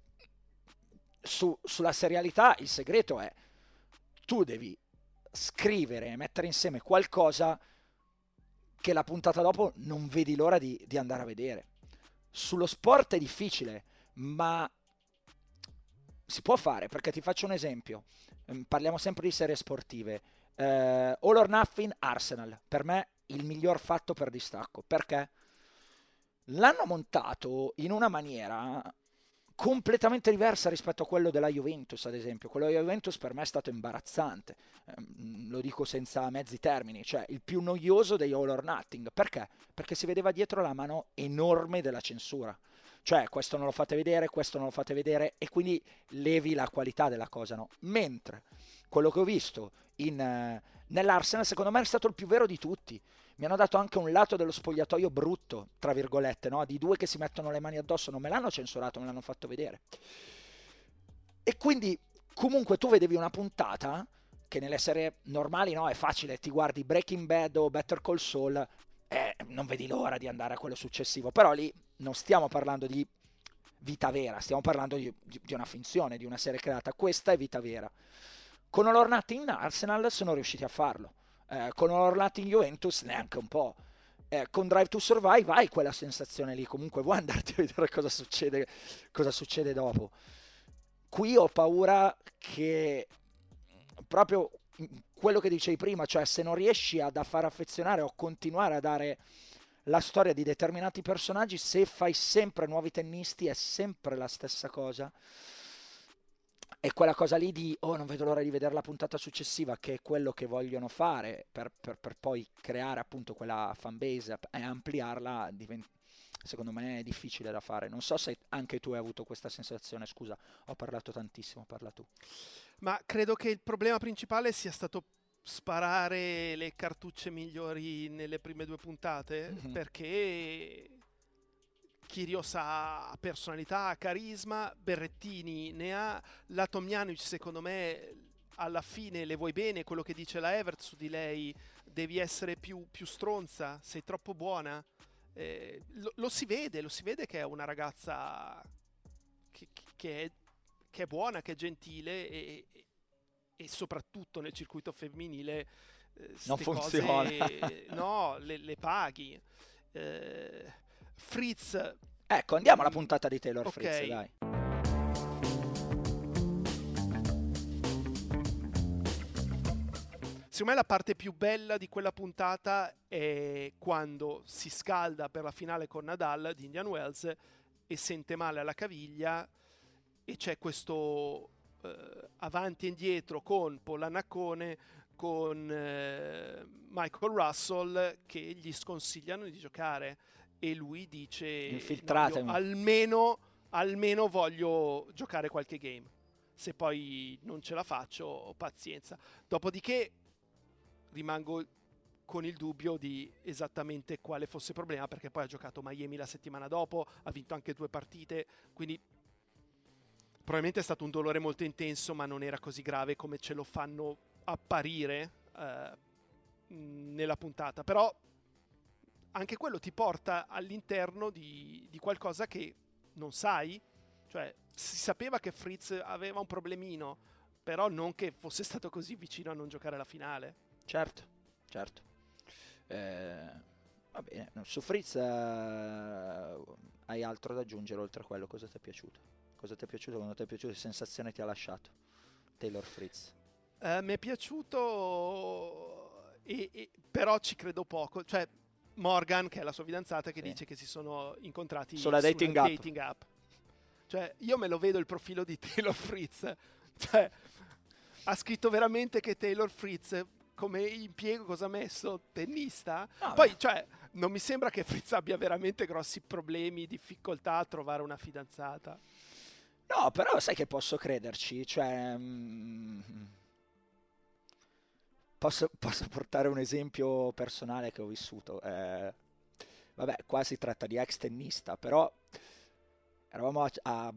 Su- sulla serialità il segreto è tu devi scrivere e mettere insieme qualcosa che la puntata dopo non vedi l'ora di, di andare a vedere. Sullo sport è difficile, ma si può fare, perché ti faccio un esempio. Ehm, Parliamo sempre di serie sportive. Eh, All or Nothing Arsenal, per me il miglior fatto per distacco. Perché? L'hanno montato in una maniera completamente diversa rispetto a quello della Juventus, ad esempio. Quello della Juventus per me è stato imbarazzante, ehm, lo dico senza mezzi termini, cioè il più noioso degli All or Nothing. Perché? Perché si vedeva dietro la mano enorme della censura. Cioè, questo non lo fate vedere, questo non lo fate vedere, e quindi levi la qualità della cosa, no? Mentre quello che ho visto in, eh, nell'Arsenal, secondo me, è stato il più vero di tutti. Mi hanno dato anche un lato dello spogliatoio brutto, tra virgolette, no? Di due che si mettono le mani addosso, non me l'hanno censurato, me l'hanno fatto vedere. E quindi comunque tu vedevi una puntata che nelle serie normali, no, è facile, ti guardi Breaking Bad o Better Call Saul e non vedi l'ora di andare a quello successivo, però lì non stiamo parlando di vita vera, stiamo parlando di, di, di una finzione, di una serie creata. Questa è vita vera. Con All or Nothing in Arsenal sono riusciti a farlo, eh, con All or Nothing in Juventus neanche un po'. Eh, con Drive to Survive hai quella sensazione lì, comunque vuoi andarti a vedere cosa succede, cosa succede dopo. Qui ho paura che proprio quello che dicevi prima, cioè se non riesci ad far affezionare o continuare a dare la storia di determinati personaggi, se fai sempre nuovi tennisti è sempre la stessa cosa. E quella cosa lì di oh non vedo l'ora di vedere la puntata successiva, che è quello che vogliono fare per, per, per poi creare appunto quella fanbase e ampliarla, diventa, secondo me è difficile da fare. Non so se anche tu hai avuto questa sensazione. Scusa, ho parlato tantissimo, parla tu. Ma credo che il problema principale sia stato sparare le cartucce migliori nelle prime due puntate, mm-hmm. perché Kyrgios ha personalità, ha carisma, Berrettini ne ha, la Tomljanovic secondo me alla fine le vuoi bene, quello che dice la Evert su di lei, devi essere più, più stronza, sei troppo buona, eh, lo, lo si vede, lo si vede che è una ragazza che, che, è, che è buona, che è gentile e, e soprattutto nel circuito femminile eh, non funziona, cose, no, le, le paghi. eh, Fritz, ecco, andiamo alla puntata di Taylor okay. Fritz, dai. Secondo me la parte più bella di quella puntata è quando si scalda per la finale con Nadal di Indian Wells e sente male alla caviglia e c'è questo eh, avanti e indietro con Polanaccone, con eh, Michael Russell che gli sconsigliano di giocare. E lui dice infiltratemi, no, almeno, almeno voglio giocare qualche game, se poi non ce la faccio pazienza. Dopodiché rimango con il dubbio di esattamente quale fosse il problema, perché poi ha giocato Miami la settimana dopo, ha vinto anche due partite, quindi probabilmente è stato un dolore molto intenso, ma non era così grave come ce lo fanno apparire eh, nella puntata. Però anche quello ti porta all'interno di, di qualcosa che non sai, cioè si sapeva che Fritz aveva un problemino, però non che fosse stato così vicino a non giocare la finale. Certo, certo. Eh, va bene, su Fritz eh, hai altro da aggiungere oltre a quello? Cosa ti è piaciuto? Cosa ti è piaciuto? Quando ti è piaciuto, che sensazione ti ha lasciato Taylor Fritz? Eh, mi è piaciuto, e, e, però ci credo poco, cioè Morgan, che è la sua fidanzata, che sì. dice che si sono incontrati sulla dating, su app. dating app. Cioè, io me lo vedo il profilo di Taylor Fritz. Cioè, ha scritto veramente che Taylor Fritz, come impiego, cosa ha messo? Tennista? No, Poi, beh. cioè, non mi sembra che Fritz abbia veramente grossi problemi, difficoltà a trovare una fidanzata. No, però sai che posso crederci, cioè... Mm, Posso, posso portare un esempio personale che ho vissuto. Eh, vabbè, qua si tratta di ex tennista, però eravamo a, a,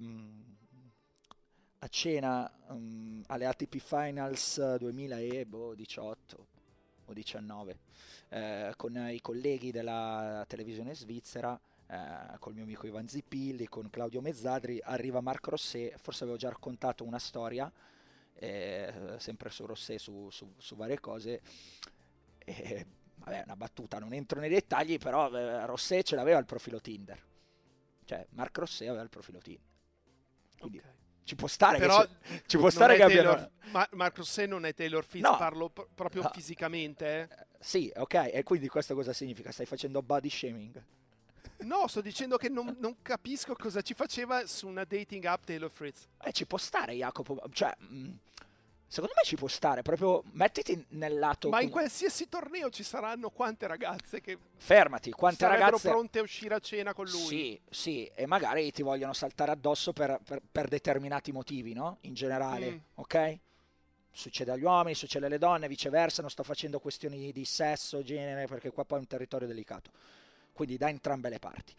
a cena um, alle A T P Finals duemiladiciotto o diciannove eh, con i colleghi della televisione svizzera, eh, col mio amico Ivan Zippilli, con Claudio Mezzadri. Arriva Marc Rosset, forse avevo già raccontato una storia, Eh, sempre su Rosset, su, su, su varie cose, e, vabbè, una battuta, non entro nei dettagli, però eh, Rosset ce l'aveva il profilo Tinder, cioè Marc Rosset aveva il profilo Tinder, quindi okay. ci può stare, però che ci può stare che Taylor, abbiano... Ma, Marc Rosset non è Taylor Fritz, no. parlo p- proprio no. fisicamente eh. Sì, ok, e quindi questo cosa significa? Stai facendo body shaming? No, sto dicendo che non, non capisco cosa ci faceva su una dating app Taylor Fritz. Eh, ci può stare, Jacopo, cioè, mh, secondo me ci può stare, proprio mettiti nel lato... Ma in qualsiasi torneo ci saranno quante ragazze che... Fermati, quante sarebbero ragazze... pronte a uscire a cena con lui. Sì, sì, e magari ti vogliono saltare addosso per, per, per determinati motivi, no? In generale, mm. ok? Succede agli uomini, succede alle donne, viceversa, non sto facendo questioni di sesso, genere, perché qua poi è un territorio delicato. Quindi da entrambe le parti.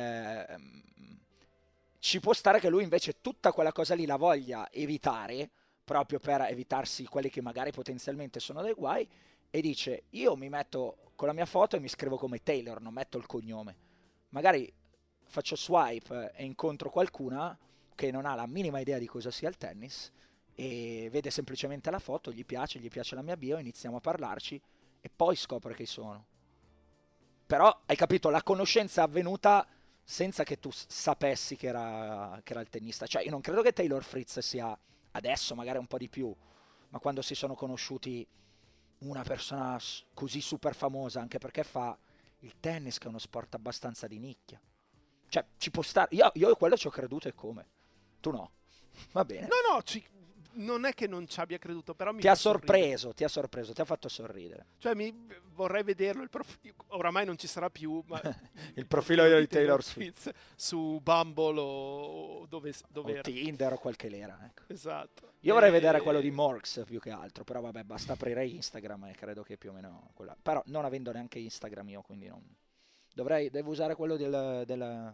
Eh, ci può stare che lui invece tutta quella cosa lì la voglia evitare, proprio per evitarsi quelli che magari potenzialmente sono dei guai, e dice io mi metto con la mia foto e mi scrivo come Taylor, non metto il cognome. Magari faccio swipe e incontro qualcuna che non ha la minima idea di cosa sia il tennis e vede semplicemente la foto, gli piace, gli piace la mia bio, iniziamo a parlarci e poi scopre chi sono. Però hai capito, la conoscenza è avvenuta senza che tu sapessi che era, che era il tennista. Cioè io non credo che Taylor Fritz sia adesso, magari un po' di più, ma quando si sono conosciuti, una persona così super famosa, anche perché fa il tennis, che è uno sport abbastanza di nicchia. Cioè ci può stare, io, io quello ci ho creduto, e come? Tu no. Va bene. No, no, ci... non è che non ci abbia creduto, però mi ti ha fa sorridere. sorpreso, ti ha sorpreso, ti ha fatto sorridere. Cioè mi vorrei vederlo, il prof... oramai non ci sarà più, ma il profilo di Taylor Swift su Bumble o dove, dove o era? Tinder o qualche lera, ecco. Esatto. Io vorrei e... vedere quello di Morks più che altro, però vabbè, basta aprire Instagram e credo che più o meno quella. Però non avendo neanche Instagram io, quindi non dovrei devo usare quello del, del...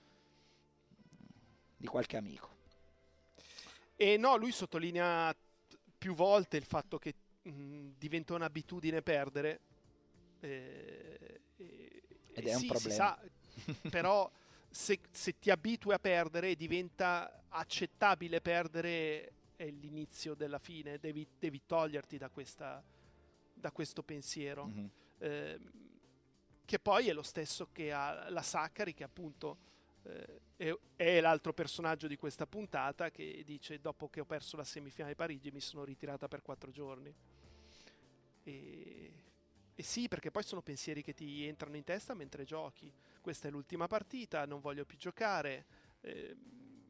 di qualche amico. E no, lui sottolinea più volte il fatto che mh, diventa un'abitudine perdere. Eh, eh, Ed è sì, un problema. Si sa, però se, se ti abitui a perdere diventa accettabile perdere, è l'inizio della fine. Devi, devi toglierti da, questa, da questo pensiero. Mm-hmm. Eh, che poi è lo stesso che ha la Sakkari, che appunto... è, è l'altro personaggio di questa puntata, che dice: dopo che ho perso la semifinale di Parigi mi sono ritirata per quattro giorni. E, e sì, perché poi sono pensieri che ti entrano in testa mentre giochi. Questa è l'ultima partita, non voglio più giocare, eh,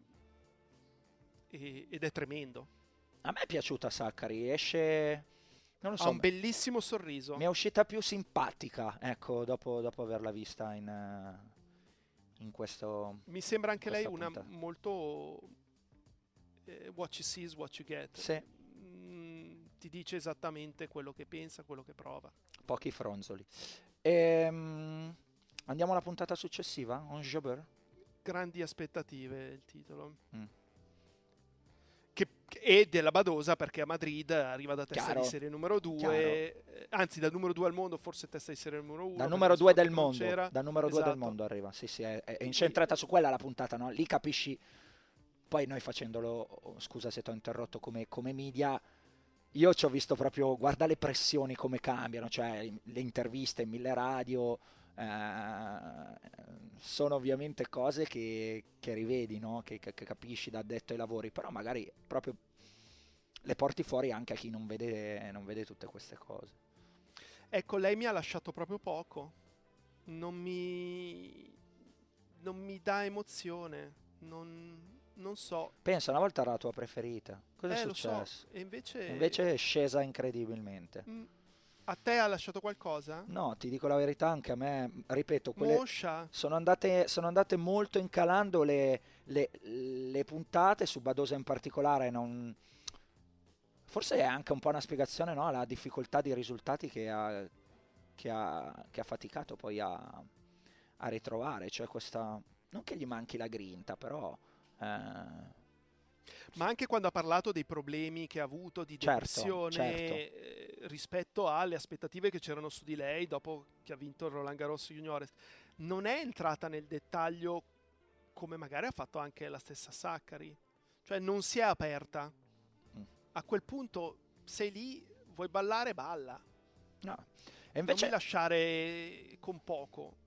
e, ed è tremendo. A me è piaciuta Sakkari, esce, non lo so, ha un bellissimo sorriso. Mi è uscita più simpatica, ecco, dopo, dopo averla vista in... Uh... in questo mi sembra anche lei una puntata. molto eh, what you see is what you get. Sì. Mm, ti dice esattamente quello che pensa, quello che prova. Pochi fronzoli. Ehm, andiamo alla puntata successiva, On Jobber. Grandi aspettative il titolo. Mm. Che è della Badosa, perché a Madrid arriva da testa Chiaro. di serie numero due, eh, anzi dal numero due al mondo, forse testa di serie numero uno. Da numero due del mondo, da numero due esatto. del mondo arriva, sì sì, è, è incentrata su quella la puntata, no? Lì capisci, poi noi facendolo, scusa se ti ho interrotto, come, come media, io ci ho visto proprio, guarda le pressioni come cambiano, cioè le interviste in mille radio, eh, sono ovviamente cose che, che rivedi, no? che, che, che capisci da addetto ai lavori, però magari proprio le porti fuori anche a chi non vede, non vede tutte queste cose. Ecco, lei mi ha lasciato proprio poco, non mi, non mi dà emozione, non, non so. Pensa, una volta era la tua preferita, cosa eh, è lo successo? So. E invece... invece è scesa incredibilmente. Mm. A te ha lasciato qualcosa? No, ti dico la verità, anche a me, ripeto, quelle Moscia? sono andate, sono andate molto incalando le, le, le puntate, su Badosa in particolare, non... forse è anche un po' una spiegazione, no? La difficoltà di risultati che ha, che ha, che ha faticato poi a, a ritrovare, cioè questa, non che gli manchi la grinta, però... Eh... Ma anche quando ha parlato dei problemi che ha avuto di depressione, certo, certo. Eh, rispetto alle aspettative che c'erano su di lei dopo che ha vinto il Roland Garros Juniores, non è entrata nel dettaglio come magari ha fatto anche la stessa Sakkari, cioè non si è aperta. Mm. A quel punto sei lì, vuoi ballare, balla. No. E invece... non mi lasciare con poco.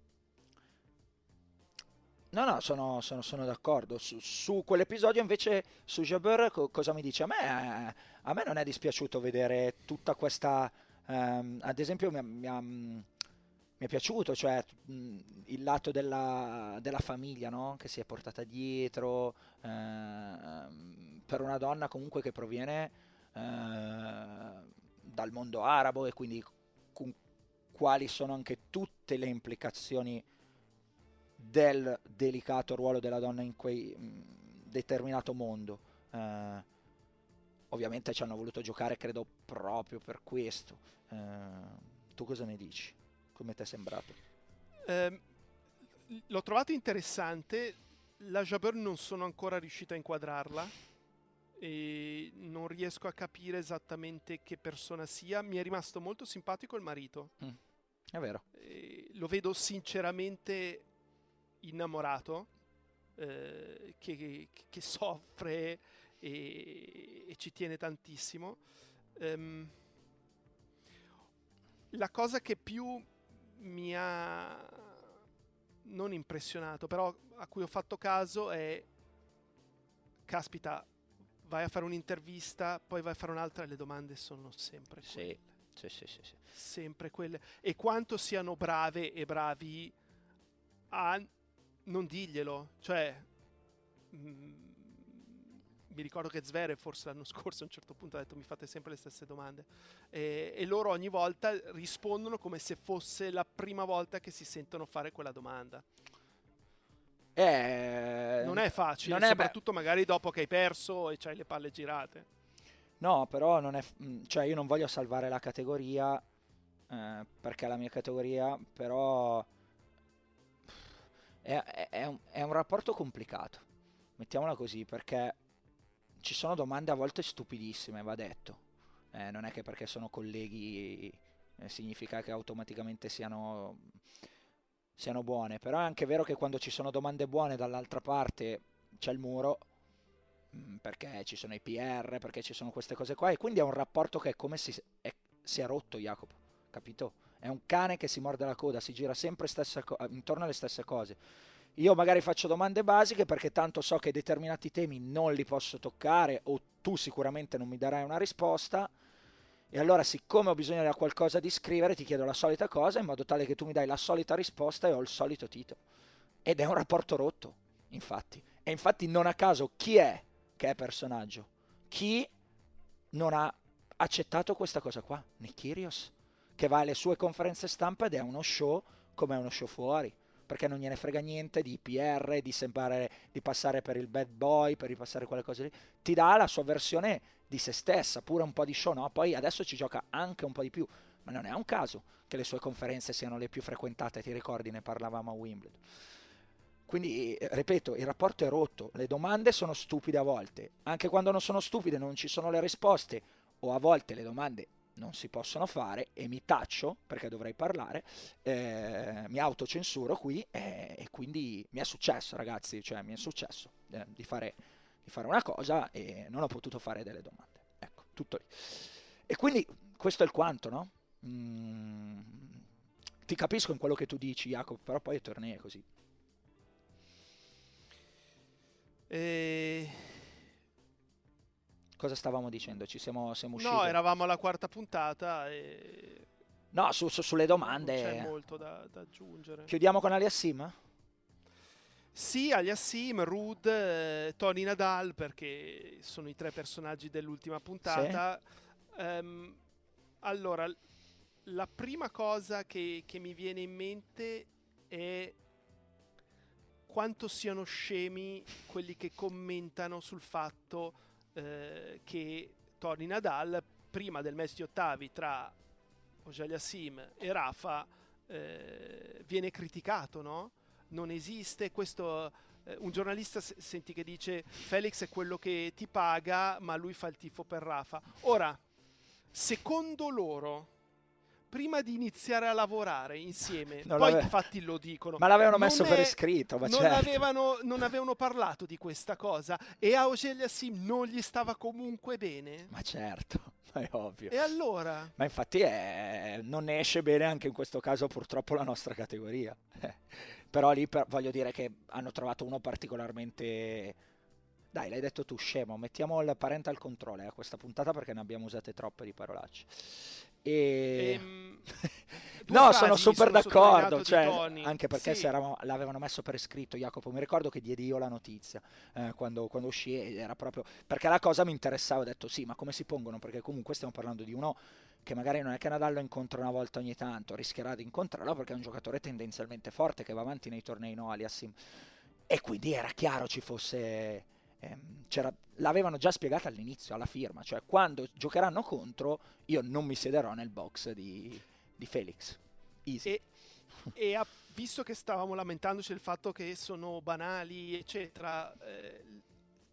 No, no, sono, sono, sono d'accordo. Su, su quell'episodio invece, su Jabber, co- cosa mi dice? A me, a me non è dispiaciuto vedere tutta questa... Um, ad esempio mi, mi, ha, mi è piaciuto, cioè mh, il lato della, della famiglia, no? Che si è portata dietro, eh, per una donna comunque che proviene eh, dal mondo arabo, e quindi con quali sono anche tutte le implicazioni del delicato ruolo della donna in quel determinato mondo. Eh, ovviamente ci hanno voluto giocare, credo, proprio per questo. Eh, tu cosa ne dici? Come ti è sembrato? Eh, l'ho trovato interessante. La Jabeur non sono ancora riuscito a inquadrarla e non, riesco a capire esattamente che persona sia. Mi è rimasto molto simpatico il marito. Mm, è vero. Eh, lo vedo sinceramente innamorato, eh, che, che soffre e, e ci tiene tantissimo. Um, la cosa che più mi ha non impressionato, però a cui ho fatto caso è: caspita, vai a fare un'intervista, poi vai a fare un'altra e le domande sono sempre quelle. Sì, sì, sì, sì. Sempre quelle. E quanto siano brave e bravi a non dirglielo. Cioè, mh, mi ricordo che Zverev forse l'anno scorso a un certo punto ha detto: mi fate sempre le stesse domande. E, e loro ogni volta rispondono come se fosse la prima volta che si sentono fare quella domanda. Eh, non è facile, non è soprattutto magari dopo che hai perso e c'hai le palle girate. No, però non è, cioè io non voglio salvare la categoria, eh, perché è la mia categoria, però è, è- è un, è un rapporto complicato, mettiamola così, perché ci sono domande a volte stupidissime, va detto. Eh, non è che perché sono colleghi eh, significa che automaticamente siano, siano buone, però è anche vero che quando ci sono domande buone dall'altra parte c'è il muro, mm, perché ci sono i P R, perché ci sono queste cose qua, e quindi è un rapporto che è come se si è, si è rotto, Jacopo, capito? È un cane che si morde la coda, si gira sempre stessa co- intorno alle stesse cose. Io magari faccio domande basiche perché tanto so che determinati temi non li posso toccare, o tu sicuramente non mi darai una risposta, e allora siccome ho bisogno di qualcosa di scrivere ti chiedo la solita cosa in modo tale che tu mi dai la solita risposta e ho il solito titolo. Ed è un rapporto rotto, infatti. E infatti non a caso chi è che è personaggio? Chi non ha accettato questa cosa qua? Nick Kyrgios, che va alle sue conferenze stampa ed è uno show come è uno show fuori, perché non gliene frega niente di P R, di sembrare, di passare per il bad boy, per ripassare quelle cose lì. Ti dà la sua versione di se stessa, pure un po' di show, no? Poi adesso ci gioca anche un po' di più, ma non è un caso che le sue conferenze siano le più frequentate, ti ricordi, ne parlavamo a Wimbledon. Quindi, eh, ripeto, il rapporto è rotto, le domande sono stupide a volte, anche quando non sono stupide non ci sono le risposte, o a volte le domande non si possono fare e mi taccio perché dovrei parlare, eh, mi autocensuro qui e, e quindi mi è successo, ragazzi, cioè mi è successo eh, di fare, di fare una cosa e non ho potuto fare delle domande. Ecco, tutto lì. E quindi questo è il quanto, no? Mm, ti capisco in quello che tu dici, Jacopo, però poi i tornei è così. E... Cosa stavamo dicendo? Ci siamo, siamo usciti? No, eravamo alla quarta puntata e... No, su, su- sulle domande. Non c'è molto da, da aggiungere. Chiudiamo con Aliassim? Sì, Aliassim, Ruud, eh, Tony Nadal, perché sono i tre personaggi dell'ultima puntata. Sì. Um, allora, la prima cosa che, che mi viene in mente è quanto siano scemi quelli che commentano sul fatto eh, che Tony Nadal, prima del match di ottavi tra Auger-Aliassime e Rafa, eh, viene criticato, no? Non esiste questo. Eh, un giornalista s- senti che dice: Felix è quello che ti paga, ma lui fa il tifo per Rafa. Ora, secondo loro, prima di iniziare a lavorare insieme, Non poi l'ave- infatti lo dicono, Ma l'avevano non messo è- per iscritto, ma non, certo. avevano, non avevano parlato di questa cosa e a Auger-Aliassime non gli stava comunque bene. Ma certo, ma è ovvio. E allora? Ma infatti è- non ne esce bene anche in questo caso purtroppo la nostra categoria. Eh, Però lì per- voglio dire che hanno trovato uno particolarmente... Dai, l'hai detto tu, scemo. Mettiamo il parental control eh, a questa puntata perché ne abbiamo usate troppe di parolacce. E... Ehm, due No, frasi sono mi super sono sottolineato d'accordo, di cioè, Tony. anche perché Sì. se eravamo- l'avevano messo per iscritto, Jacopo, mi ricordo che diedi io la notizia eh, quando, quando uscì ed era proprio... Perché la cosa mi interessava, ho detto sì, ma come si pongono? Perché comunque stiamo parlando di uno che magari non è che Nadal lo incontra una volta ogni tanto, rischierà di incontrarlo perché è un giocatore tendenzialmente forte che va avanti nei tornei, no, Aliassim. E quindi era chiaro ci fosse... ehm, c'era, l'avevano già spiegata all'inizio, alla firma, cioè quando giocheranno contro io non mi siederò nel box di, di Felix. Easy. E, e ha- visto che stavamo lamentandoci del fatto che sono banali, eccetera, eh,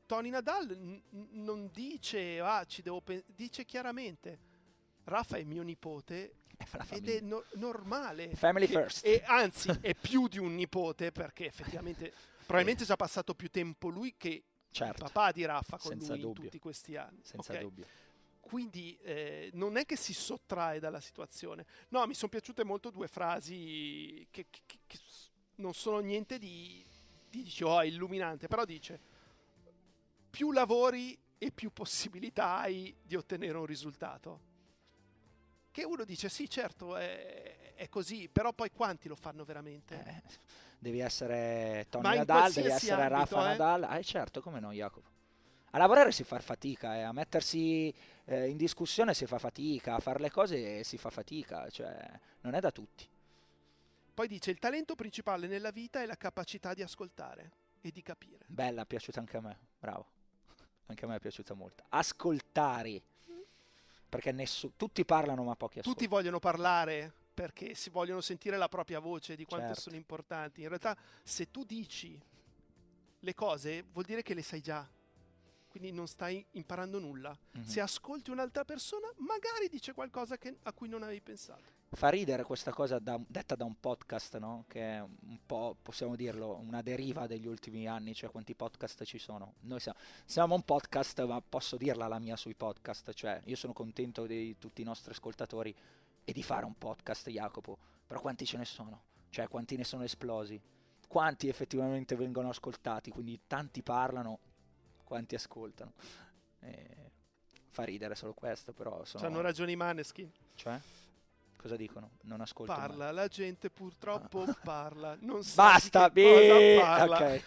Tony Nadal n- non dice, ah, ci devo pen-", dice chiaramente, Rafa è mio nipote ed è no- normale. Family che- first. E anzi, è più di un nipote, perché effettivamente probabilmente ci ha passato più tempo lui che Certo, il papà di Rafa con senza lui dubbio. in tutti questi anni. senza ok? dubbio. Quindi eh, non è che si sottrae dalla situazione. No, mi sono piaciute molto due frasi che, che- che- che s- non sono niente di, di dici, oh, illuminante, però dice più lavori e più possibilità hai di ottenere un risultato. Che uno dice sì, certo, è, è così, però poi quanti lo fanno veramente? Eh, devi essere Tony Ma in Nadal, devi qualsiasi essere ambito, Rafa eh? Nadal. Ah, eh, certo, come no, Jacopo. A lavorare si fa fatica, eh, a mettersi eh, in discussione si fa fatica, a fare le cose si fa fatica, cioè non è da tutti. Poi dice il talento principale nella vita è la capacità di ascoltare e di capire. Bella, è piaciuta anche a me, bravo. Anche a me è piaciuta molto. Ascoltare, perché nessu- tutti parlano ma pochi ascoltano. Tutti vogliono parlare perché si vogliono sentire la propria voce di quanto Certo. sono importanti. In realtà, se tu dici le cose, vuol dire che le sai già. Quindi non stai imparando nulla. Mhm. Se ascolti un'altra persona, magari dice qualcosa che- a cui non avevi pensato. Fa ridere questa cosa da- detta da un podcast, no? Che è un po', possiamo dirlo, una deriva degli ultimi anni, cioè quanti podcast ci sono. Noi siamo, siamo un podcast, ma posso dirla la mia sui podcast, cioè io sono contento di tutti i nostri ascoltatori e di fare un podcast, Jacopo, però quanti ce ne sono? Cioè quanti ne sono esplosi? Quanti effettivamente vengono ascoltati? Quindi tanti parlano, quanti ascoltano? Eh, fa ridere solo questo, però sono... C'hanno ragione i Maneskin. Cioè? Cosa dicono? Non ascolto mai. Parla, la gente purtroppo parla. Non sa Basta, di che beh, cosa parla. ok.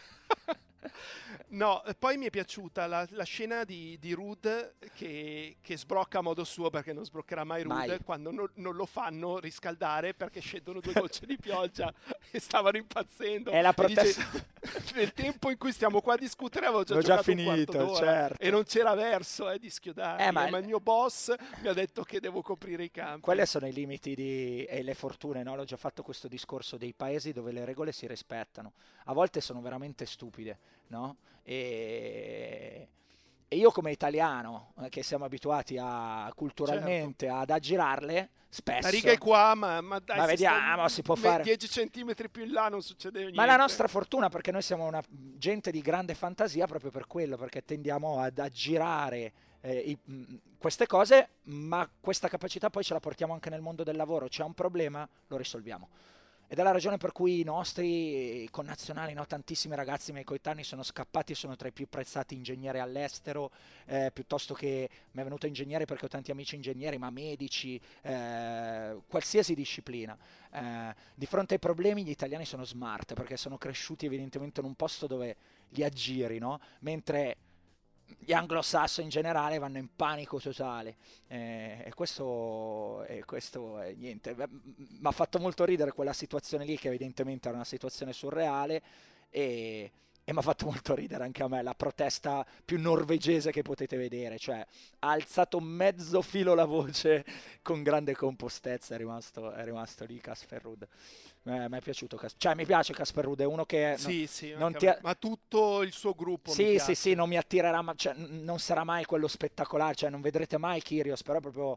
No, e poi mi è piaciuta la, la scena di, di Ruud che, che sbrocca a modo suo, perché non sbroccherà mai Ruud, Mai. quando non, non lo fanno riscaldare perché scendono due gocce di pioggia e stavano impazzendo. È la E dice, protesta. nel tempo in cui stiamo qua a discutere avevo già L'ho già giocato un finito, quarto d'ora certo. e non c'era verso eh, di schiodarmi, Eh, ma- ma il mio boss mi ha detto che devo coprire i campi. Quelli sono i limiti di... e le fortune, no? L'ho già fatto questo discorso dei paesi dove le regole si rispettano. A volte sono veramente stupide, no? E, e io come italiano, eh, che siamo abituati a culturalmente ad aggirarle, spesso... La riga è qua, ma, ma dai, Ma se vediamo, stai si può me- fare. dieci centimetri più in là non succede niente. Ma è la nostra fortuna, perché noi siamo una gente di grande fantasia proprio per quello, perché tendiamo ad aggirare eh, i- mh, queste cose, ma questa capacità poi ce la portiamo anche nel mondo del lavoro. C'è un problema, lo risolviamo. Ed è la ragione per cui i nostri connazionali, no, tantissimi ragazzi miei coetanei sono scappati, sono tra i più prezzati ingegneri all'estero, eh, piuttosto che mi è venuto ingegnere perché ho tanti amici ingegneri, ma medici, eh, qualsiasi disciplina. Eh, di fronte ai problemi gli italiani sono smart perché sono cresciuti evidentemente in un posto dove li aggiri, no? Mentre gli anglosassoni in generale vanno in panico totale. Eh, e questo, e questo è niente. Mi ha fatto molto ridere quella situazione lì, che evidentemente era una situazione surreale, e, e mi ha fatto molto ridere anche a me la protesta più norvegese che potete vedere, cioè ha alzato mezzo filo la voce con grande compostezza, è rimasto, è rimasto lì Casper Ruud. Eh, mi è piaciuto, Cas- cioè mi piace Casper Ruud, è uno che... Sì, non- sì, non anche ti a ha- me. Ma tutto il suo gruppo mi sì, sì, piace. sì, non mi attirerà, ma cioè, n- non sarà mai quello spettacolare, cioè non vedrete mai Kyrgios, però proprio,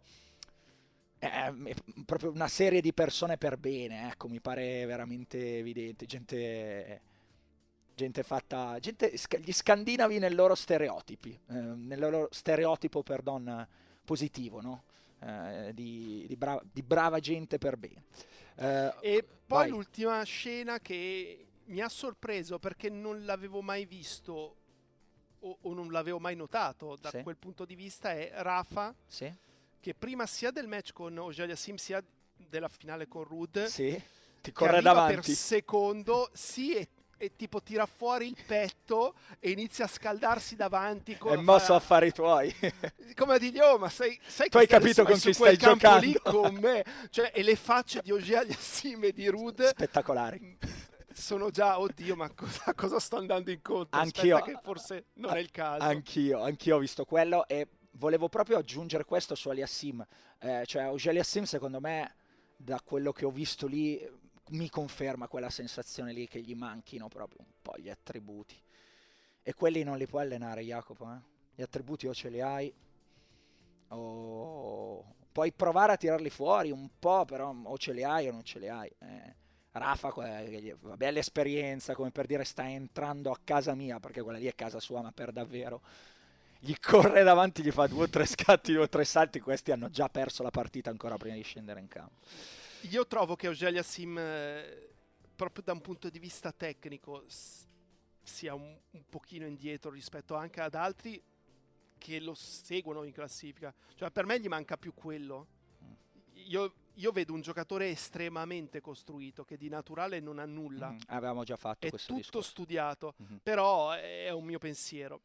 è, è proprio una serie di persone per bene, ecco, mi pare veramente evidente, gente, gente fatta, gente, sc- gli scandinavi nel loro stereotipi, eh, nel loro stereotipo, perdon, positivo, no? Eh, di, di bra- di brava gente per bene. Eh, E poi vai. l'ultima scena che mi ha sorpreso perché non l'avevo mai visto o, o non l'avevo mai notato da Sì. quel punto di vista è Rafa, Sì? che prima sia del match con Auger-Aliassime sia della finale con Ruud, Sì? che Ti corre arriva per davanti. secondo, sì, e, e tipo tira fuori il petto e inizia a scaldarsi davanti. È con- mosso fa- a fare i tuoi. come a dirgli, oh, ma sai, sai Tu che hai stai- capito vai con su chi quel stai campo lì giocando. con me, cioè, e le facce di Auger-Aliassime e di Ruud Spettacolari. sono già, oddio, ma cosa, cosa sto andando incontro? Anch'io, Aspetta che forse non è il caso. Anch'io, anch'io ho visto quello e volevo proprio aggiungere questo su Aliassim. Eh, cioè, Auger-Aliassime, secondo me, da quello che ho visto lì, mi conferma quella sensazione lì che gli manchino proprio un po' gli attributi. E quelli non li puoi allenare, Jacopo, eh? Gli attributi o ce li hai, o puoi provare a tirarli fuori un po', però o ce li hai o non ce li hai. Eh, Rafa, eh, bella esperienza, come per dire sta entrando a casa mia, perché quella lì è casa sua, ma per davvero. Gli corre davanti, gli fa due o tre scatti, due o tre salti, questi hanno già perso la partita ancora prima di scendere in campo. Io trovo che Auger-Aliassime, eh, proprio da un punto di vista tecnico, s- sia un, un pochino indietro rispetto anche ad altri che lo seguono in classifica. Cioè, per me gli manca più quello. Io, io vedo un giocatore estremamente costruito, che di naturale non ha nulla. Mm, avevamo già fatto È questo tutto discorso. studiato, Mhm. però è un mio pensiero.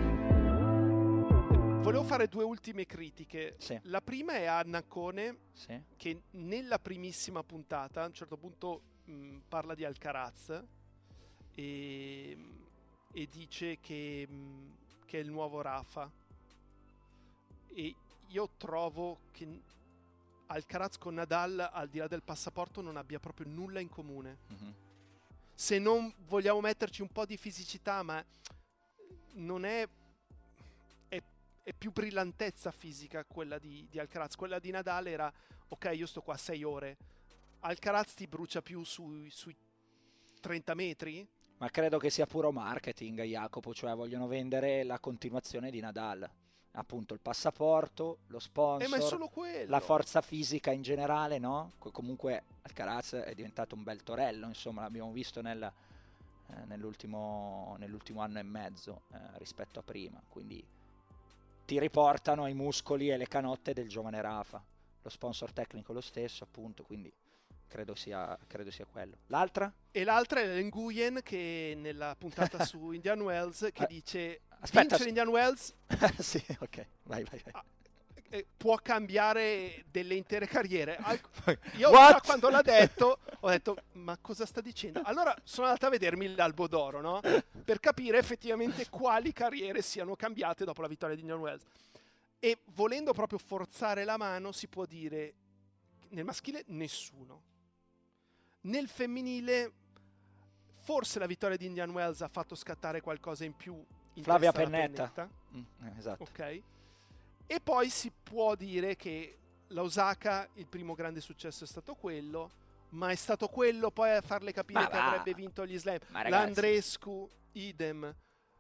Volevo fare due ultime critiche. Sì. La prima è a Naccone, Sì. che nella primissima puntata a un certo punto mh, parla di Alcaraz e, e dice che, mh, che è il nuovo Rafa. E io trovo che Alcaraz con Nadal, al di là del passaporto, non abbia proprio nulla in comune. Mhm. Se non vogliamo metterci un po' di fisicità, ma non è, è, è più brillantezza fisica quella di, di Alcaraz. Quella di Nadal era, ok, io sto qua sei ore. Alcaraz ti brucia più sui, sui trenta metri? Ma credo che sia puro marketing, Jacopo, cioè vogliono vendere la continuazione di Nadal. Appunto il passaporto, lo sponsor, Eh, ma è solo quello. la forza fisica in generale, no? Co- comunque Alcaraz è diventato un bel torello, insomma, l'abbiamo visto nel, eh, nell'ultimo, nell'ultimo anno e mezzo eh, rispetto a prima, quindi ti riportano ai muscoli e le canotte del giovane Rafa. Lo sponsor tecnico lo stesso, appunto, quindi credo sia, credo sia quello. L'altra? E l'altra è Nguyen, che nella puntata su Indian Wells che Eh, dice aspetta, vincere s- Indian Wells sì, ok, vai, vai, vai. ah, eh, può cambiare delle intere carriere. Al- Poi- Io What? già quando l'ha detto ho detto ma cosa sta dicendo? Allora sono andato a vedermi l'Albo d'Oro, no? Per capire effettivamente quali carriere siano cambiate dopo la vittoria di Indian Wells. E volendo proprio forzare la mano si può dire nel maschile nessuno. Nel femminile forse la vittoria di Indian Wells ha fatto scattare qualcosa in più in Flavia testa alla Pennetta. Pennetta. Mm, eh, esatto. Ok. E poi si può dire che la Osaka, il primo grande successo è stato quello, ma è stato quello poi a farle capire Ma che va. avrebbe vinto gli slam. Ma ragazzi. L'Andreescu, idem.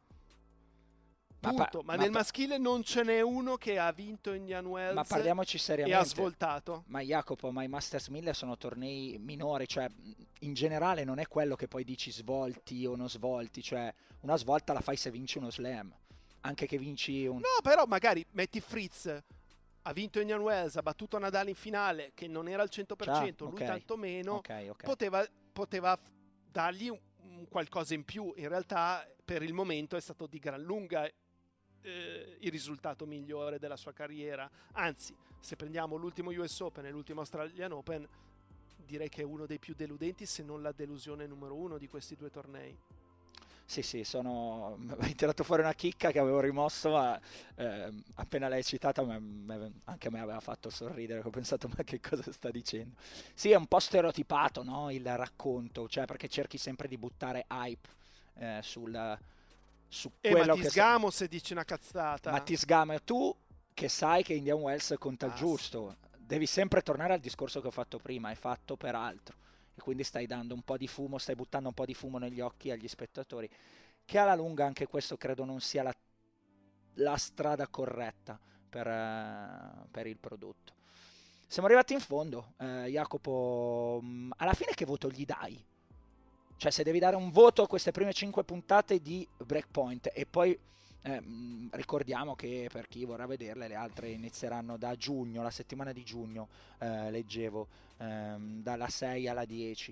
Ma Punto. pa- Ma, ma nel pa- maschile non ce n'è uno che ha vinto Indian Wells Ma parliamoci e ha seriamente. svoltato. Ma Jacopo, ma i Masters mille sono tornei minori, cioè in generale non è quello che poi dici svolti o non svolti, cioè una svolta la fai se vinci uno slam, anche che vinci un... No, però magari metti Fritz, ha vinto Indian Wells, ha battuto Nadal in finale, che non era al cento per cento, Ciao, lui ok. tanto meno, Ok, ok. poteva, poteva dargli un, un qualcosa in più. In realtà per il momento è stato di gran lunga eh, il risultato migliore della sua carriera. Anzi, se prendiamo l'ultimo U S Open e l'ultimo Australian Open, direi che è uno dei più deludenti, se non la delusione numero uno di questi due tornei. Sì, sì, sono... hai tirato fuori una chicca che avevo rimosso, ma ehm, appena l'hai citata me- me- anche a me aveva fatto sorridere, ho pensato ma che cosa sta dicendo. Sì, è un po' stereotipato, no, il racconto, cioè perché cerchi sempre di buttare hype eh, sul, su E ma quello ti che... sgamo se dici una cazzata. Ma ti sgama tu che sai che Indian Wells conta il Ah, giusto, devi sempre tornare al discorso che ho fatto prima, è fatto per altro. E quindi stai dando un po' di fumo, stai buttando un po' di fumo negli occhi agli spettatori, che alla lunga anche questo credo non sia la, la strada corretta per, eh, per il prodotto. Siamo arrivati in fondo, eh, Jacopo, mh, alla fine che voto gli dai? Cioè se devi dare un voto a queste prime cinque puntate di Breakpoint e poi eh, mh, ricordiamo che per chi vorrà vederle le altre inizieranno da giugno, la settimana di giugno, eh, leggevo, ehm, dalla sei alla dieci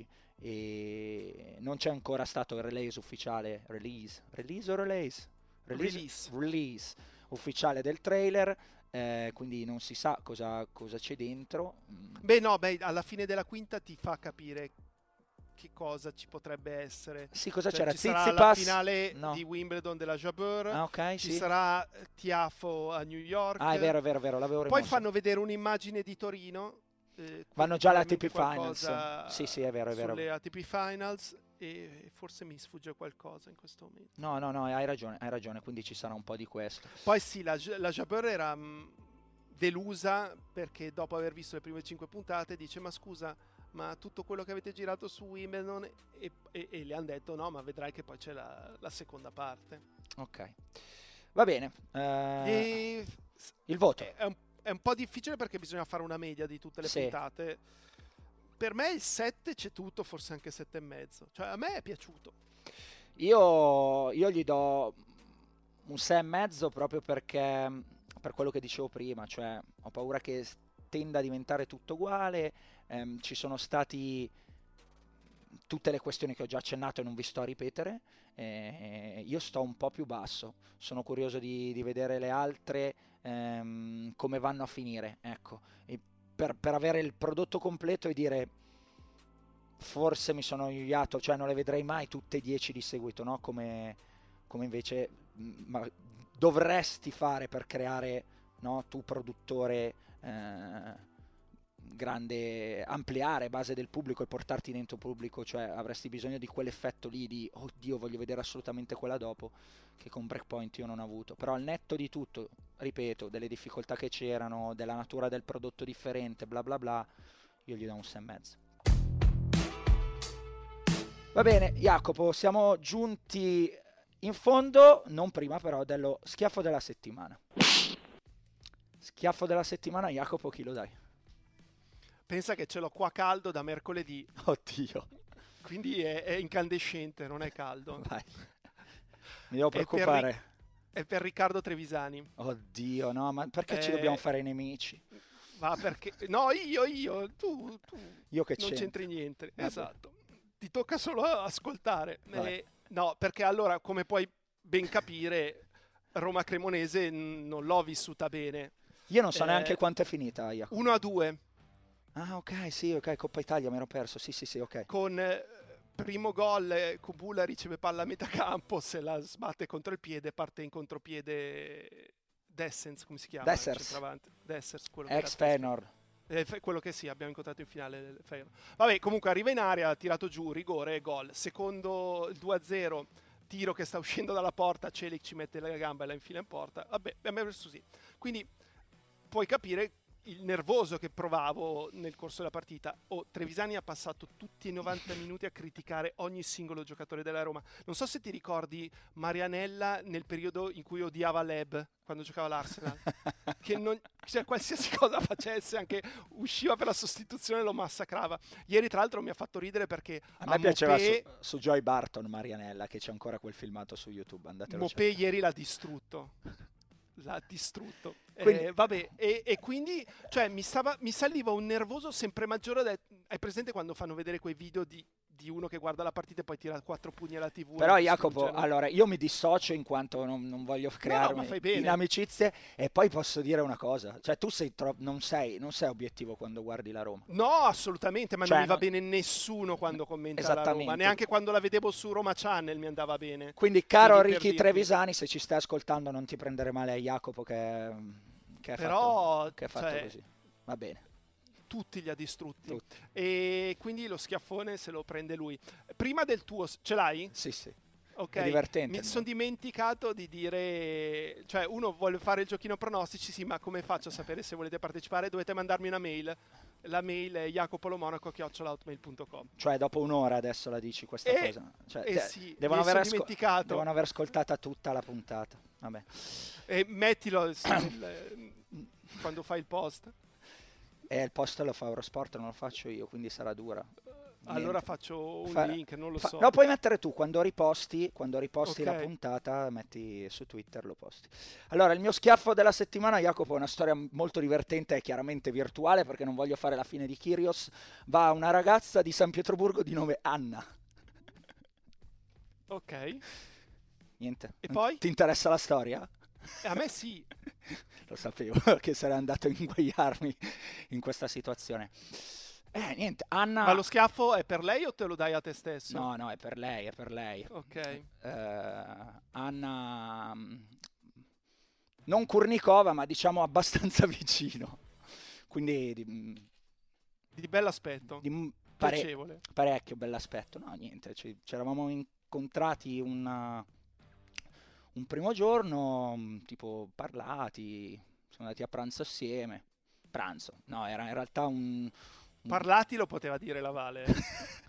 e non c'è ancora stato il release ufficiale, release, release o release? Release. Release ufficiale del trailer, eh, quindi non si sa cosa, cosa c'è dentro. Mm, Beh no, beh, alla fine della quinta ti fa capire che cosa ci potrebbe essere. Sì, cosa Cioè, c'era? ci sarà la Tsitsipas? finale No. di Wimbledon della Jabeur, Ah, ok, ci sì. sarà eh, Tiafo a New York. Ah, è vero, è vero, è vero, l'avevo Poi rimosso. fanno vedere un'immagine di Torino. eh, Vanno quindi già alle A T P probabilmente Finals. qualcosa Sì, sì, è vero, è vero. sulle A T P Finals e forse mi sfugge qualcosa in questo momento. No, no, no, hai ragione, hai ragione, quindi ci sarà un po' di questo. Poi sì, la, la Jabeur era mh, delusa perché dopo aver visto le prime cinque puntate dice ma scusa, ma tutto quello che avete girato su Wimbledon e, e, e le hanno detto no, ma vedrai che poi c'è la, la seconda parte. Ok, va bene. Eh, e il voto. È, è, un, è un po' difficile perché bisogna fare una media di tutte le sì. puntate. Per me il sette c'è tutto, forse anche sette e mezzo. Cioè a me è piaciuto. Io, io gli do un sei e mezzo proprio perché, per quello che dicevo prima, cioè ho paura che tenda a diventare tutto uguale. Ehm, ci sono stati tutte le questioni che ho già accennato e non vi sto a ripetere. Eh, io sto un po' più basso, sono curioso di, di vedere le altre ehm, come vanno a finire, ecco. E per, per avere il prodotto completo e dire forse mi sono annoiato, cioè non le vedrei mai tutte e dieci di seguito, no? Come, come invece ma, dovresti fare per creare, no? Tu produttore eh, grande, ampliare base del pubblico e portarti dentro pubblico, cioè avresti bisogno di quell'effetto lì di oddio voglio vedere assolutamente quella dopo, che con Breakpoint io non ho avuto. Però al netto di tutto, ripeto, delle difficoltà che c'erano, della natura del prodotto differente, bla bla bla, io gli do un sei e mezzo. Va bene, Jacopo, siamo giunti in fondo, non prima però dello schiaffo della settimana. Schiaffo della settimana, Jacopo, chi lo dai? Pensa che ce l'ho qua caldo da mercoledì. Oddio. Quindi è, è incandescente, non è caldo. Vai. Mi devo preoccupare. È per, è per Riccardo Trevisani. Oddio, no, ma perché eh, ci dobbiamo fare nemici? Va perché... No, io, io, tu, tu. Io che non c'entro. c'entri niente. Vabbè. Esatto. Ti tocca solo ascoltare. Eh, no, perché allora, come puoi ben capire, Roma Cremonese non l'ho vissuta bene. Io non so eh, neanche quanto è finita, Jacopo. uno a due. Ah, ok, sì, ok, Coppa Italia, mi ero perso, sì, sì, sì, ok. Con eh, primo gol, eh, Kubula riceve palla a metà campo, se la sbatte contro il piede, parte in contropiede Dessens, come si chiama? Dessers. Dessers, quello ex Feyenoord. Eh, quello che sì, abbiamo incontrato in finale del Feyenoord. Vabbè, comunque arriva in area, ha tirato giù, rigore, gol. Secondo il due a zero, tiro che sta uscendo dalla porta, Celic ci mette la gamba e la infila in porta. Vabbè, abbiamo messo così. Quindi puoi capire il nervoso che provavo nel corso della partita. Oh, Trevisani ha passato tutti i novanta minuti a criticare ogni singolo giocatore della Roma. Non so se ti ricordi Marianella nel periodo in cui odiava Leb quando giocava l'Arsenal, che non, cioè, qualsiasi cosa facesse, anche usciva per la sostituzione, lo massacrava. Ieri tra l'altro mi ha fatto ridere perché a me a piaceva Mopé, su, su Joy Barton Marianella, che c'è ancora quel filmato su YouTube, andatelo a Mopé ieri l'ha distrutto. L'ha distrutto. Quindi... Eh, vabbè, e, e quindi cioè, mi, stava, mi saliva un nervoso sempre maggiore. De... Hai presente quando fanno vedere quei video di, di uno che guarda la partita e poi tira quattro pugni alla tivù? Però Jacopo, allora io mi dissocio in quanto non, non voglio crearmi no, no, in amicizie, e poi posso dire una cosa, cioè tu sei tro- non, sei, non sei obiettivo quando guardi la Roma. No, assolutamente, ma cioè, non mi va non... bene nessuno quando commenta la Roma, neanche quando la vedevo su Roma Channel mi andava bene. Quindi caro Ricky Trevisani, se ci stai ascoltando non ti prendere male a Jacopo che, che, è, Però, fatto, che è fatto cioè... così, va bene. Tutti li ha distrutti. Tutti. E quindi lo schiaffone se lo prende lui. Prima del tuo, ce l'hai? Sì, sì. Ok, è divertente. Mi sono dimenticato di dire, cioè uno vuole fare il giochino pronostici, sì, ma come faccio a sapere se volete partecipare? Dovete mandarmi una mail. La mail è jacopolomonaco chiocciola hotmail punto com. Cioè dopo un'ora adesso la dici questa eh, cosa? Cioè, eh de- sì, devono, aver asco- dimenticato. devono aver ascoltata tutta la puntata. Vabbè. E mettilo sì, il, quando fai il post. E il post lo fa Eurosport, non lo faccio io, quindi sarà dura. Allora faccio un Fa, link, non lo fa, so. Lo puoi mettere tu, quando riposti, quando riposti okay. la puntata, metti su Twitter, lo posti. Allora, il mio schiaffo della settimana, Jacopo, è una storia molto divertente e chiaramente virtuale, perché non voglio fare la fine di Kyrgios. Va a una ragazza di San Pietroburgo di nome Anna. Ok. Niente. E poi? Ti interessa la storia? A me sì. Lo sapevo che sarei andato a inguaiarmi in questa situazione. Eh, niente, Anna... Ma lo schiaffo è per lei o te lo dai a te stesso? No, no, è per lei, è per lei. Ok. Uh, Anna... Non Kurnikova, ma diciamo abbastanza vicino. Quindi... Di, di bell'aspetto. Di, pare- Piacevole. parecchio bell'aspetto. No, niente, ci ci eravamo incontrati una- un primo giorno, mh, tipo parlati, siamo andati a pranzo assieme. Pranzo, no, era in realtà un... un- Parlati lo poteva dire la Vale. eh.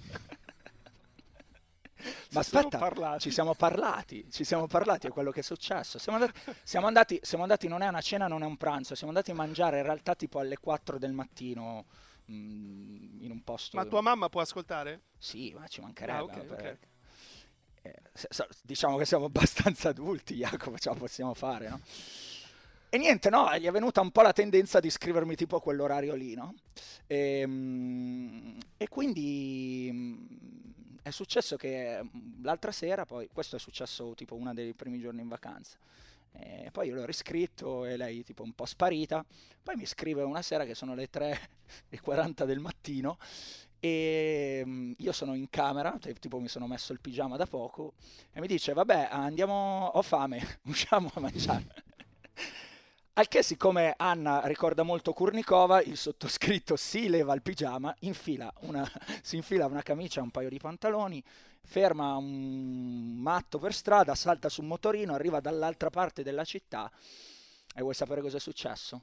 Ma Si sono aspetta, parlati. ci siamo parlati, ci siamo parlati, è quello che è successo. Siamo andati, siamo andati, siamo andati, non è una cena, non è un pranzo, siamo andati a mangiare in realtà tipo alle quattro del mattino, mh, in un posto... Ma tua mamma può ascoltare? Sì, ma ci Ah, mancherebbe. ok, per- ok. eh, se- so- diciamo che siamo abbastanza adulti, Jacopo, ce la possiamo fare, no? E niente, no, gli è venuta un po' la tendenza di scrivermi tipo a quell'orario lì, no? E, mm, e quindi mm, è successo che mm, l'altra sera, poi, questo è successo tipo uno dei primi giorni in vacanza, e poi io l'ho riscritto e lei tipo un po' sparita, poi mi scrive una sera che sono le tre e quaranta del mattino e mm, io sono in camera, te- tipo mi sono messo il pigiama da poco e mi dice, vabbè, andiamo, ho fame, usciamo a mangiare. Al che, siccome Anna ricorda molto Kurnikova, il sottoscritto si leva il pigiama, infila una, si infila una camicia e un paio di pantaloni, ferma un matto per strada, salta su un motorino, arriva dall'altra parte della città. E vuoi sapere cosa è successo?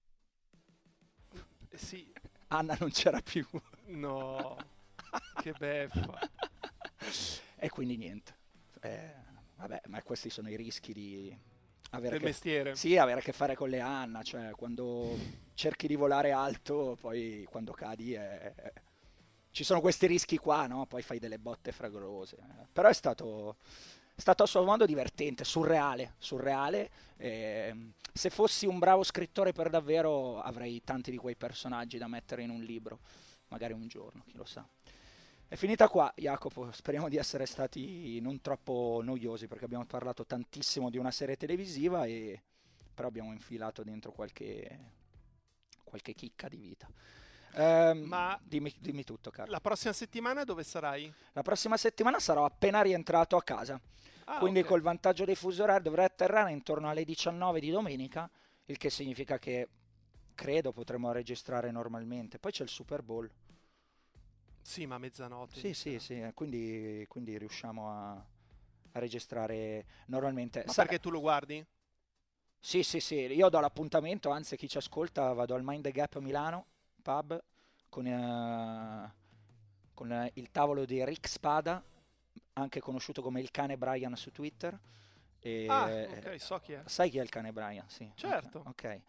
Eh, Sì, Anna non c'era più. no, che beffa. E quindi niente. Eh, vabbè, ma questi sono i rischi di avere Del che, mestiere. sì, avere a che fare con le Anna, cioè quando cerchi di volare alto, poi quando cadi è- è- ci sono questi rischi qua, no? Poi fai delle botte fragorose. eh. Però è stato, è stato a suo modo divertente, surreale, surreale. ehm, se fossi un bravo scrittore per davvero avrei tanti di quei personaggi da mettere in un libro, magari un giorno, chi lo sa. È finita qua, Jacopo. Speriamo di essere stati non troppo noiosi perché abbiamo parlato tantissimo di una serie televisiva e però abbiamo infilato dentro qualche, qualche chicca di vita. Ehm, Ma dimmi, dimmi tutto, caro. la prossima settimana dove sarai? La prossima settimana sarò appena rientrato a casa, Ah, quindi ok. col vantaggio dei fuso orario dovrei atterrare intorno alle diciannove di domenica, il che significa che credo potremo registrare normalmente. Poi c'è il Super Bowl. Sì, ma mezzanotte Sì, sì, inizierà. sì, eh, quindi, quindi riusciamo a, a registrare normalmente. Ma Sa- perché tu lo guardi? sì, sì, sì, io do l'appuntamento, anzi chi ci ascolta vado al Mind the Gap Milano, pub, con, eh, con eh, il tavolo di Rick Spada, anche conosciuto come il cane Brian su Twitter. Ah, E, ok, so chi è. sai chi è il cane Brian? Sì, ok. Certo. ok.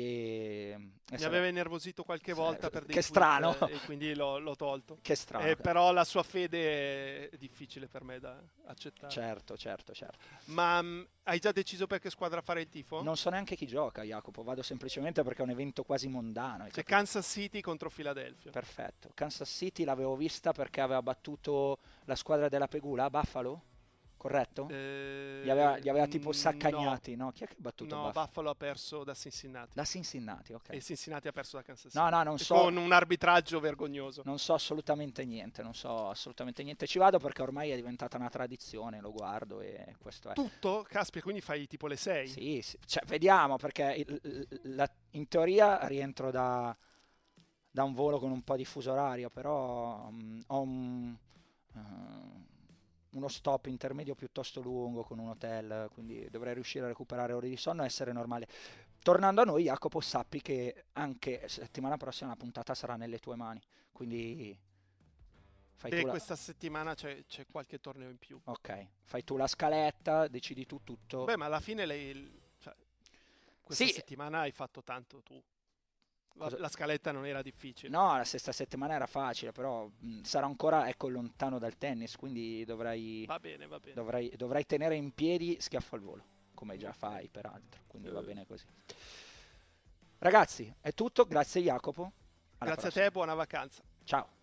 E, e Mi sarà- aveva innervosito qualche volta per dei Che tweet strano, eh, e quindi l'ho, l'ho tolto. che strano. Eh, però la sua fede è difficile per me da accettare. Certo, certo, certo. Ma mh, hai già deciso per che squadra fare il tifo? Non so neanche chi gioca, Jacopo, vado semplicemente perché è un evento quasi mondano. hai C'è capito? Kansas City contro Philadelphia. Perfetto. Kansas City l'avevo vista perché aveva battuto la squadra della Pegula, Buffalo? Corretto? Eh, Li aveva, li aveva tipo no, saccagnati, no? Chi è che ha battuto no, Buffalo? Buffalo ha perso da Cincinnati Da Cincinnati, ok. e Cincinnati ha perso da Kansas No, City. no, non E so, con un arbitraggio vergognoso. non so assolutamente niente, non so assolutamente niente. Ci vado perché ormai è diventata una tradizione, lo guardo e questo è. Tutto? Caspita, quindi fai tipo le sei? Sì, sì. Cioè, vediamo perché il- il- la- in teoria rientro da, da un volo con un po' di fuso orario, però mm, ho un, eh, uno stop intermedio piuttosto lungo con un hotel, quindi dovrei riuscire a recuperare ore di sonno e essere normale. Tornando a noi, Jacopo, sappi che anche settimana prossima la puntata sarà nelle tue mani, quindi fai Beh, tu la, questa settimana c'è, c'è qualche torneo in più. ok, fai tu la scaletta, decidi tu tutto. Beh, ma alla fine lei, cioè, questa Sì, settimana hai fatto tanto tu. La, cosa- la scaletta non era difficile. no, la sesta settimana era facile, però mh, sarò ancora ecco, lontano dal tennis, quindi dovrai, Va bene, va bene. dovrai, dovrai tenere in piedi schiaffo al volo, come già Ok. fai peraltro, quindi va Eh. bene così. Ragazzi, è tutto, grazie Jacopo, alla Grazie a prossima. te, buona vacanza. Ciao.